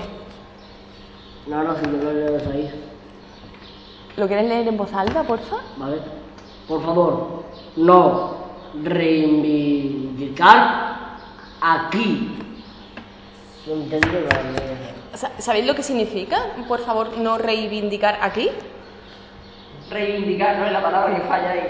No, no, si yo lo leo desde ahí. ¿Lo quieres leer en voz alta, porfa? Vale. Por favor, no reivindicar aquí. No entiendo nada. ¿Sabéis lo que significa? Por favor, no reivindicar aquí. Reivindicar, no es la palabra que falla ahí.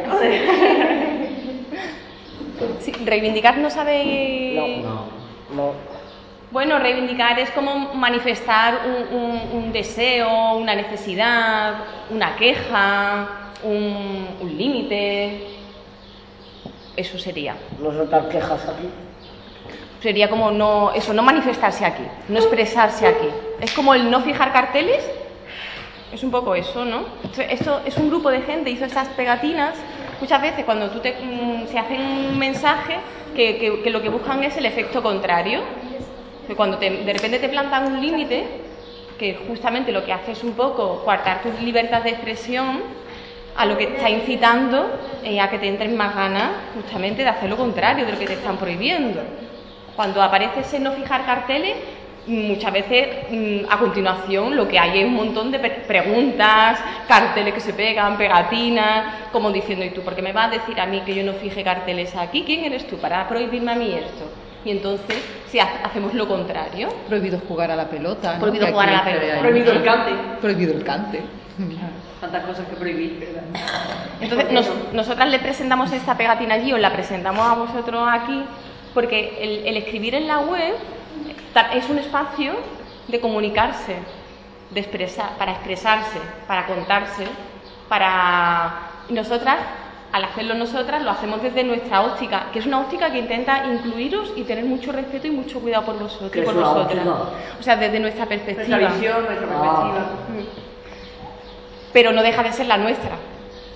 Sí, reivindicar no sabéis. No, no, no. Bueno, reivindicar es como manifestar un, un, un deseo, una necesidad, una queja, un, un límite. Eso sería. ¿No soltar quejas aquí? Sería como no, eso, no manifestarse aquí, no expresarse aquí. Es como el no fijar carteles, es un poco eso, ¿no? Esto, esto es un grupo de gente, hizo estas pegatinas. Muchas veces cuando tú te, mmm, se hacen un mensaje que, que, que lo que buscan es el efecto contrario. Que cuando te, de repente te plantan un límite, que justamente lo que hace es un poco coartar tu libertad de expresión, a lo que te está incitando eh, a que te entren más ganas justamente de hacer lo contrario de lo que te están prohibiendo. Cuando aparece ese no fijar carteles, muchas veces a continuación lo que hay es un montón de preguntas, carteles que se pegan, pegatinas, como diciendo, ¿y tú por qué me vas a decir a mí que yo no fije carteles aquí? ¿Quién eres tú para prohibirme a mí esto? Y entonces, si hacemos lo contrario... Prohibido jugar a la pelota, ¿no? Prohibido jugar a la pelota. Prohibido el cante. Prohibido el cante. Tantas cosas que prohibir, ¿verdad? Entonces, nos, nosotras le presentamos esta pegatina allí, os la presentamos a vosotros aquí, porque el, el escribir en la web es un espacio de comunicarse, de expresar, para expresarse, para contarse, para... Nosotras, al hacerlo nosotras, lo hacemos desde nuestra óptica, que es una óptica que intenta incluiros y tener mucho respeto y mucho cuidado por vosotros y por vosotras. O sea, desde nuestra perspectiva. Nuestra visión, nuestra perspectiva. Ah. Pero no deja de ser la nuestra.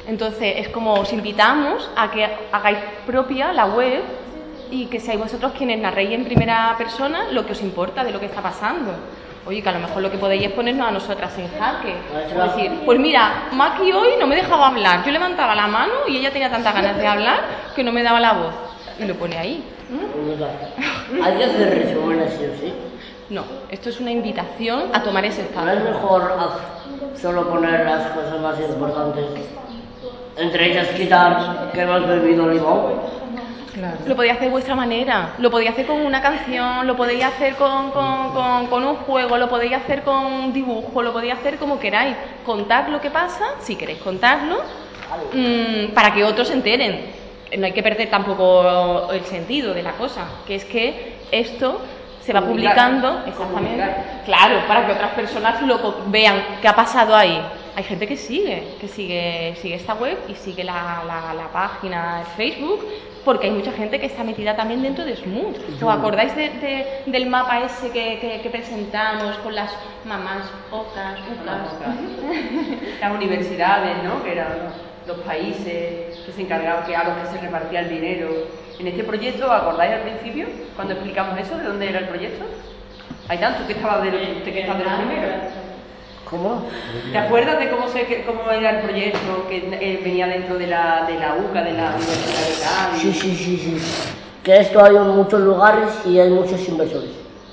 Entonces es como os invitamos a que hagáis propia la web y que seáis vosotros quienes narréis en primera persona lo que os importa de lo que está pasando. Oye, que a lo mejor lo que podéis es ponernos a nosotras en jaque. Es decir, pues mira, Maki hoy no me dejaba hablar. Yo levantaba la mano y ella tenía tantas ganas de hablar que no me daba la voz. Y lo pone ahí. ¿Hay que hacer resúmenes sí o sí? No, esto es una invitación a tomar ese estado. ¿No es mejor solo poner las cosas más importantes? Entre ellas quitar que hemos bebido limón. Claro. Lo podéis hacer de vuestra manera, lo podéis hacer con una canción, lo podéis hacer con, con, con, con un juego, lo podéis hacer con un dibujo, lo podéis hacer como queráis. Contad lo que pasa, si queréis contarlo, mmm, para que otros se enteren. No hay que perder tampoco el sentido de la cosa, que es que esto se va publicando, exactamente, claro, para que otras personas lo vean qué ha pasado ahí. Hay gente que sigue, que sigue, sigue esta web y sigue la, la, la página de Facebook, porque hay mucha gente que está metida también dentro de Smooth. ¿Os acordáis de, de, del mapa ese que, que, que presentamos con las mamás ocas, ucas? Las universidades, ¿no? Que eran los países que se encargaban, que a los que se repartía el dinero. En este proyecto, ¿os acordáis al principio, cuando explicamos eso, de dónde era el proyecto? Hay tanto que estaba de, de que estaba de los primeros. ¿Cómo? ¿Te acuerdas de cómo, se, cómo era el proyecto que eh, venía dentro de la, de la UCA, de la Universidad de Cádiz? Sí, sí, sí, sí. Que esto hay en muchos lugares y hay muchos inversores.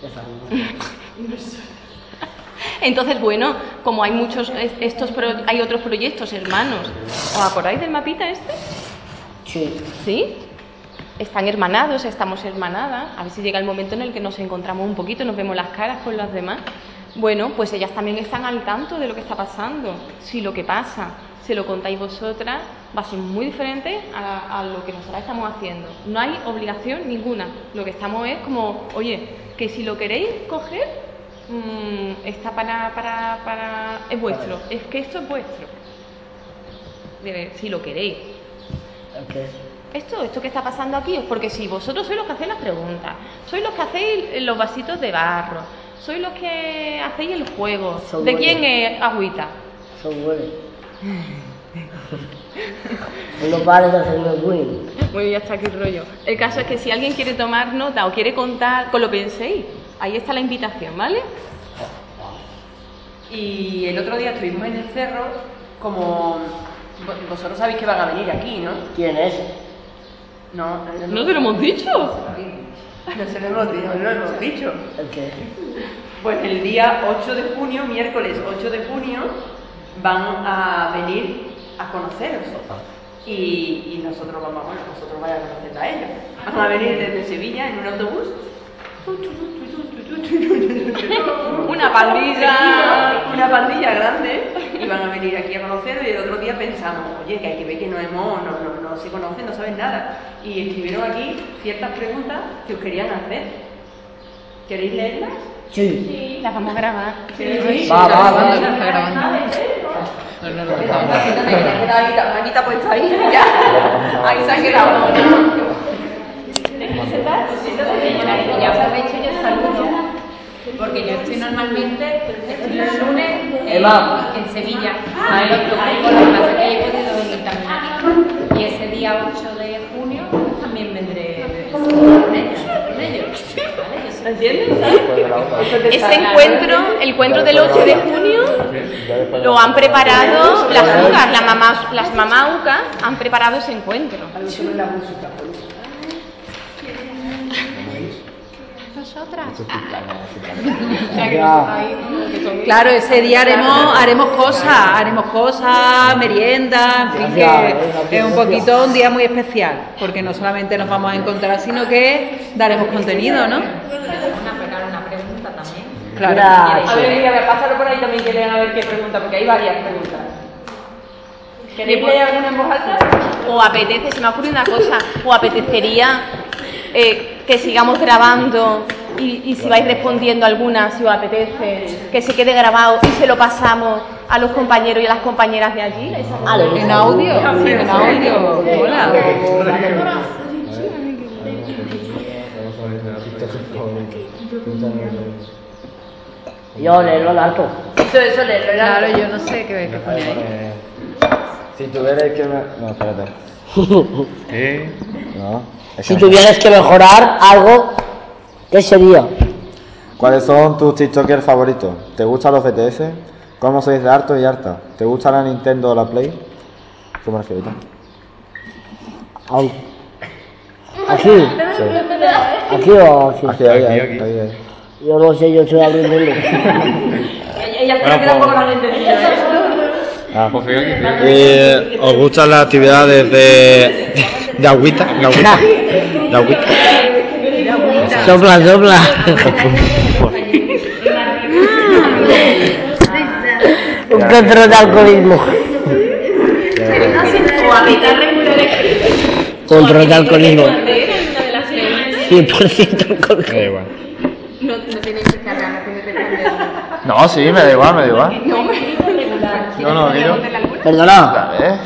Entonces, bueno, como hay muchos, estos pro, hay otros proyectos hermanos. ¿Os acordáis del mapita este? Sí. ¿Sí? Están hermanados, estamos hermanadas. A ver si llega el momento en el que nos encontramos un poquito, nos vemos las caras con las demás. Bueno, pues ellas también están al tanto de lo que está pasando. Si lo que pasa se lo contáis vosotras, va a ser muy diferente a, a lo que nosotras estamos haciendo. No hay obligación ninguna. Lo que estamos es como, oye, que si lo queréis coger, mmm, está para, para, para... es vuestro. Es que esto es vuestro. Si lo queréis. Okay. Esto, esto que está pasando aquí es porque si vosotros sois los que hacéis las preguntas, sois los que hacéis los vasitos de barro, sois los que hacéis el juego. Son ¿De buenos. quién es agüita? Son buenos. No pares de hacerme bullying. Muy bien, hasta aquí el rollo. El caso es que si alguien quiere tomar nota o quiere contar con lo que penséis, ahí está la invitación, ¿vale? Y el otro día estuvimos en el cerro, como vosotros sabéis que van a venir aquí, ¿no? ¿Quién es? No, no, ¿No te lo hemos dicho? No se lo hemos dicho, no lo hemos dicho. ¿El qué? Pues el día ocho de junio, miércoles ocho de junio, van a venir a conoceros. Y, y nosotros vamos, bueno, nosotros vamos a conocerla a ellos. Van a venir desde Sevilla en un autobús. Una pandilla. Una pandilla grande. Y van a venir aquí a conoceros. Y el otro día pensamos, oye, que hay que ver que no hemos, no, no, no se conocen, no saben nada. Y escribieron aquí ciertas preguntas que os querían hacer. ¿Queréis leerlas? Sí. Sí, las vamos a grabar. Sí, sí. Va, va, va. Está grabando. No, no, no, La manita puesta ahí, ya. Ahí se ha quedado. Ya os habéis hecho yo el saludo, porque yo estoy normalmente estoy los lunes en, en Sevilla, a ver los protocolos, lo que pasa es que he podido venir también aquí. Y ese día ocho de junio también vendré con ellos. Con ellos. ¿Vale? ¿Entiendes? Este encuentro, el encuentro del ocho de junio, lo han preparado las ucas, las mamás, las mamás ucas han preparado ese encuentro. Nosotras. Claro, ese día haremos, haremos cosas, haremos cosas, merienda, en fin, que es un poquito un día muy especial, porque no solamente nos vamos a encontrar, sino que daremos contenido, ¿no? Una pregunta también. Claro. A ver, mira, pásalo por ahí también que lean a ver qué pregunta, porque hay varias preguntas. ¿Queréis leer alguna en voz alta? O apetece, se me ocurre una cosa, o apetecería eh, que sigamos grabando y, y si vais respondiendo alguna, si os apetece, que se quede grabado y se lo pasamos a los compañeros y a las compañeras de allí. En audio, en audio, hola. Yo leerlo en alto. Eso, eso, leerlo en alto. Claro, yo no sé qué, qué pone ahí. Si tuvierais que... Me... No, espérate. ¿Qué? No. es Si que- tuvieras que mejorar algo, ¿qué sería? ¿Cuáles son tus TikTokers favoritos? ¿Te gustan los B T S? ¿Cómo sois de hartos y hartas? ¿Te gusta la Nintendo o la Play? ¿Cómo es que ahorita? Ahí. ¿Aquí? ¿Aquí o aquí? Aquí, ahí, ahí, Aquí, aquí. ahí, ahí. Yo no sé, yo estoy abriendo. Ella, ella creo que tampoco lo han entendido, ¿eh? Ah. Pues fíjate que- Eh, ¿Os gustan las actividades de, de agüita? ¿De agüita? ¿De agüita? Sopla, sopla. Un control de alcoholismo. O a mitad regular. Control de alcoholismo. cien por ciento alcoholismo. Me da igual. No, no tiene que estar ganas de responder. No, sí, me da igual, me da igual. No, me No, no, que yo... Perdona. ¿Eh?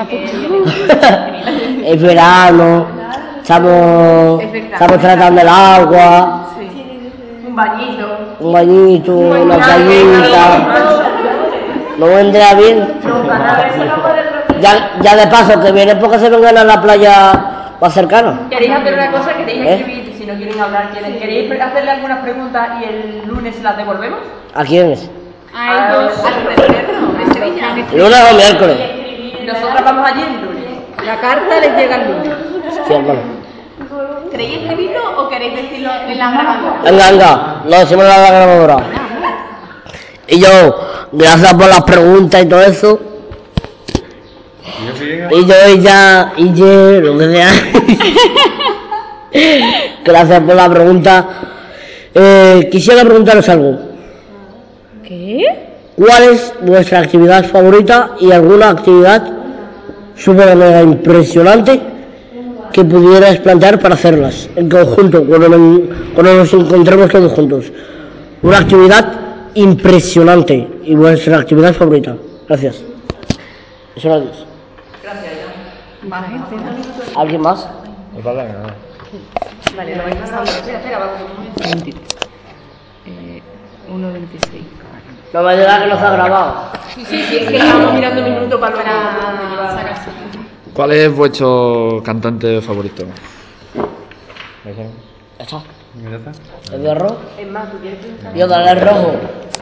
Es verano. Estamos, Es verdad. estamos tratando el agua. Un bañito. Un bañito, una playita. ¿No vendrá bien? Ya, ya de paso, que viene porque se vengan a la playa más cercana. ¿Queréis hacer una cosa? ¿Queréis ¿Eh? escribir? Si no quieren hablar, ¿quieren? ¿Queréis hacerle algunas preguntas y el lunes las devolvemos? ¿A quiénes? A los al retorno, de Sevilla. ¿Lunes o miércoles? Nosotras vamos allí el lunes. La carta les llega el lunes. Sí, hermano. ¿Queréis escribirlo o queréis decirlo en la grabadora? Venga, venga, lo decimos en la grabadora. Y yo, gracias por las preguntas y todo eso. Y yo sí, Y yo, ella, y yo, lo que sea. Gracias por la pregunta. Eh, quisiera preguntaros algo. ¿Qué? ¿Cuál es vuestra actividad favorita y alguna actividad súper mega impresionante que pudierais plantear para hacerlas en conjunto, cuando, cuando nos encontremos todos juntos? Una actividad impresionante y vuestra actividad favorita. Gracias. Eso lo dices. Más gente, ¿no? ¿Alguien más? Vale, lo vais pasando. Espera, espera, vamos. Eh, uno veintiséis. No me digas que no se ha grabado. Sí, sí, sí, es que estábamos mirando un minuto para Para luego. sacarse. ¿Cuál es vuestro cantante favorito? Ya está. ¿Ya está? ¿El de rojo? Es más, tú tienes que Yo, dale el rojo.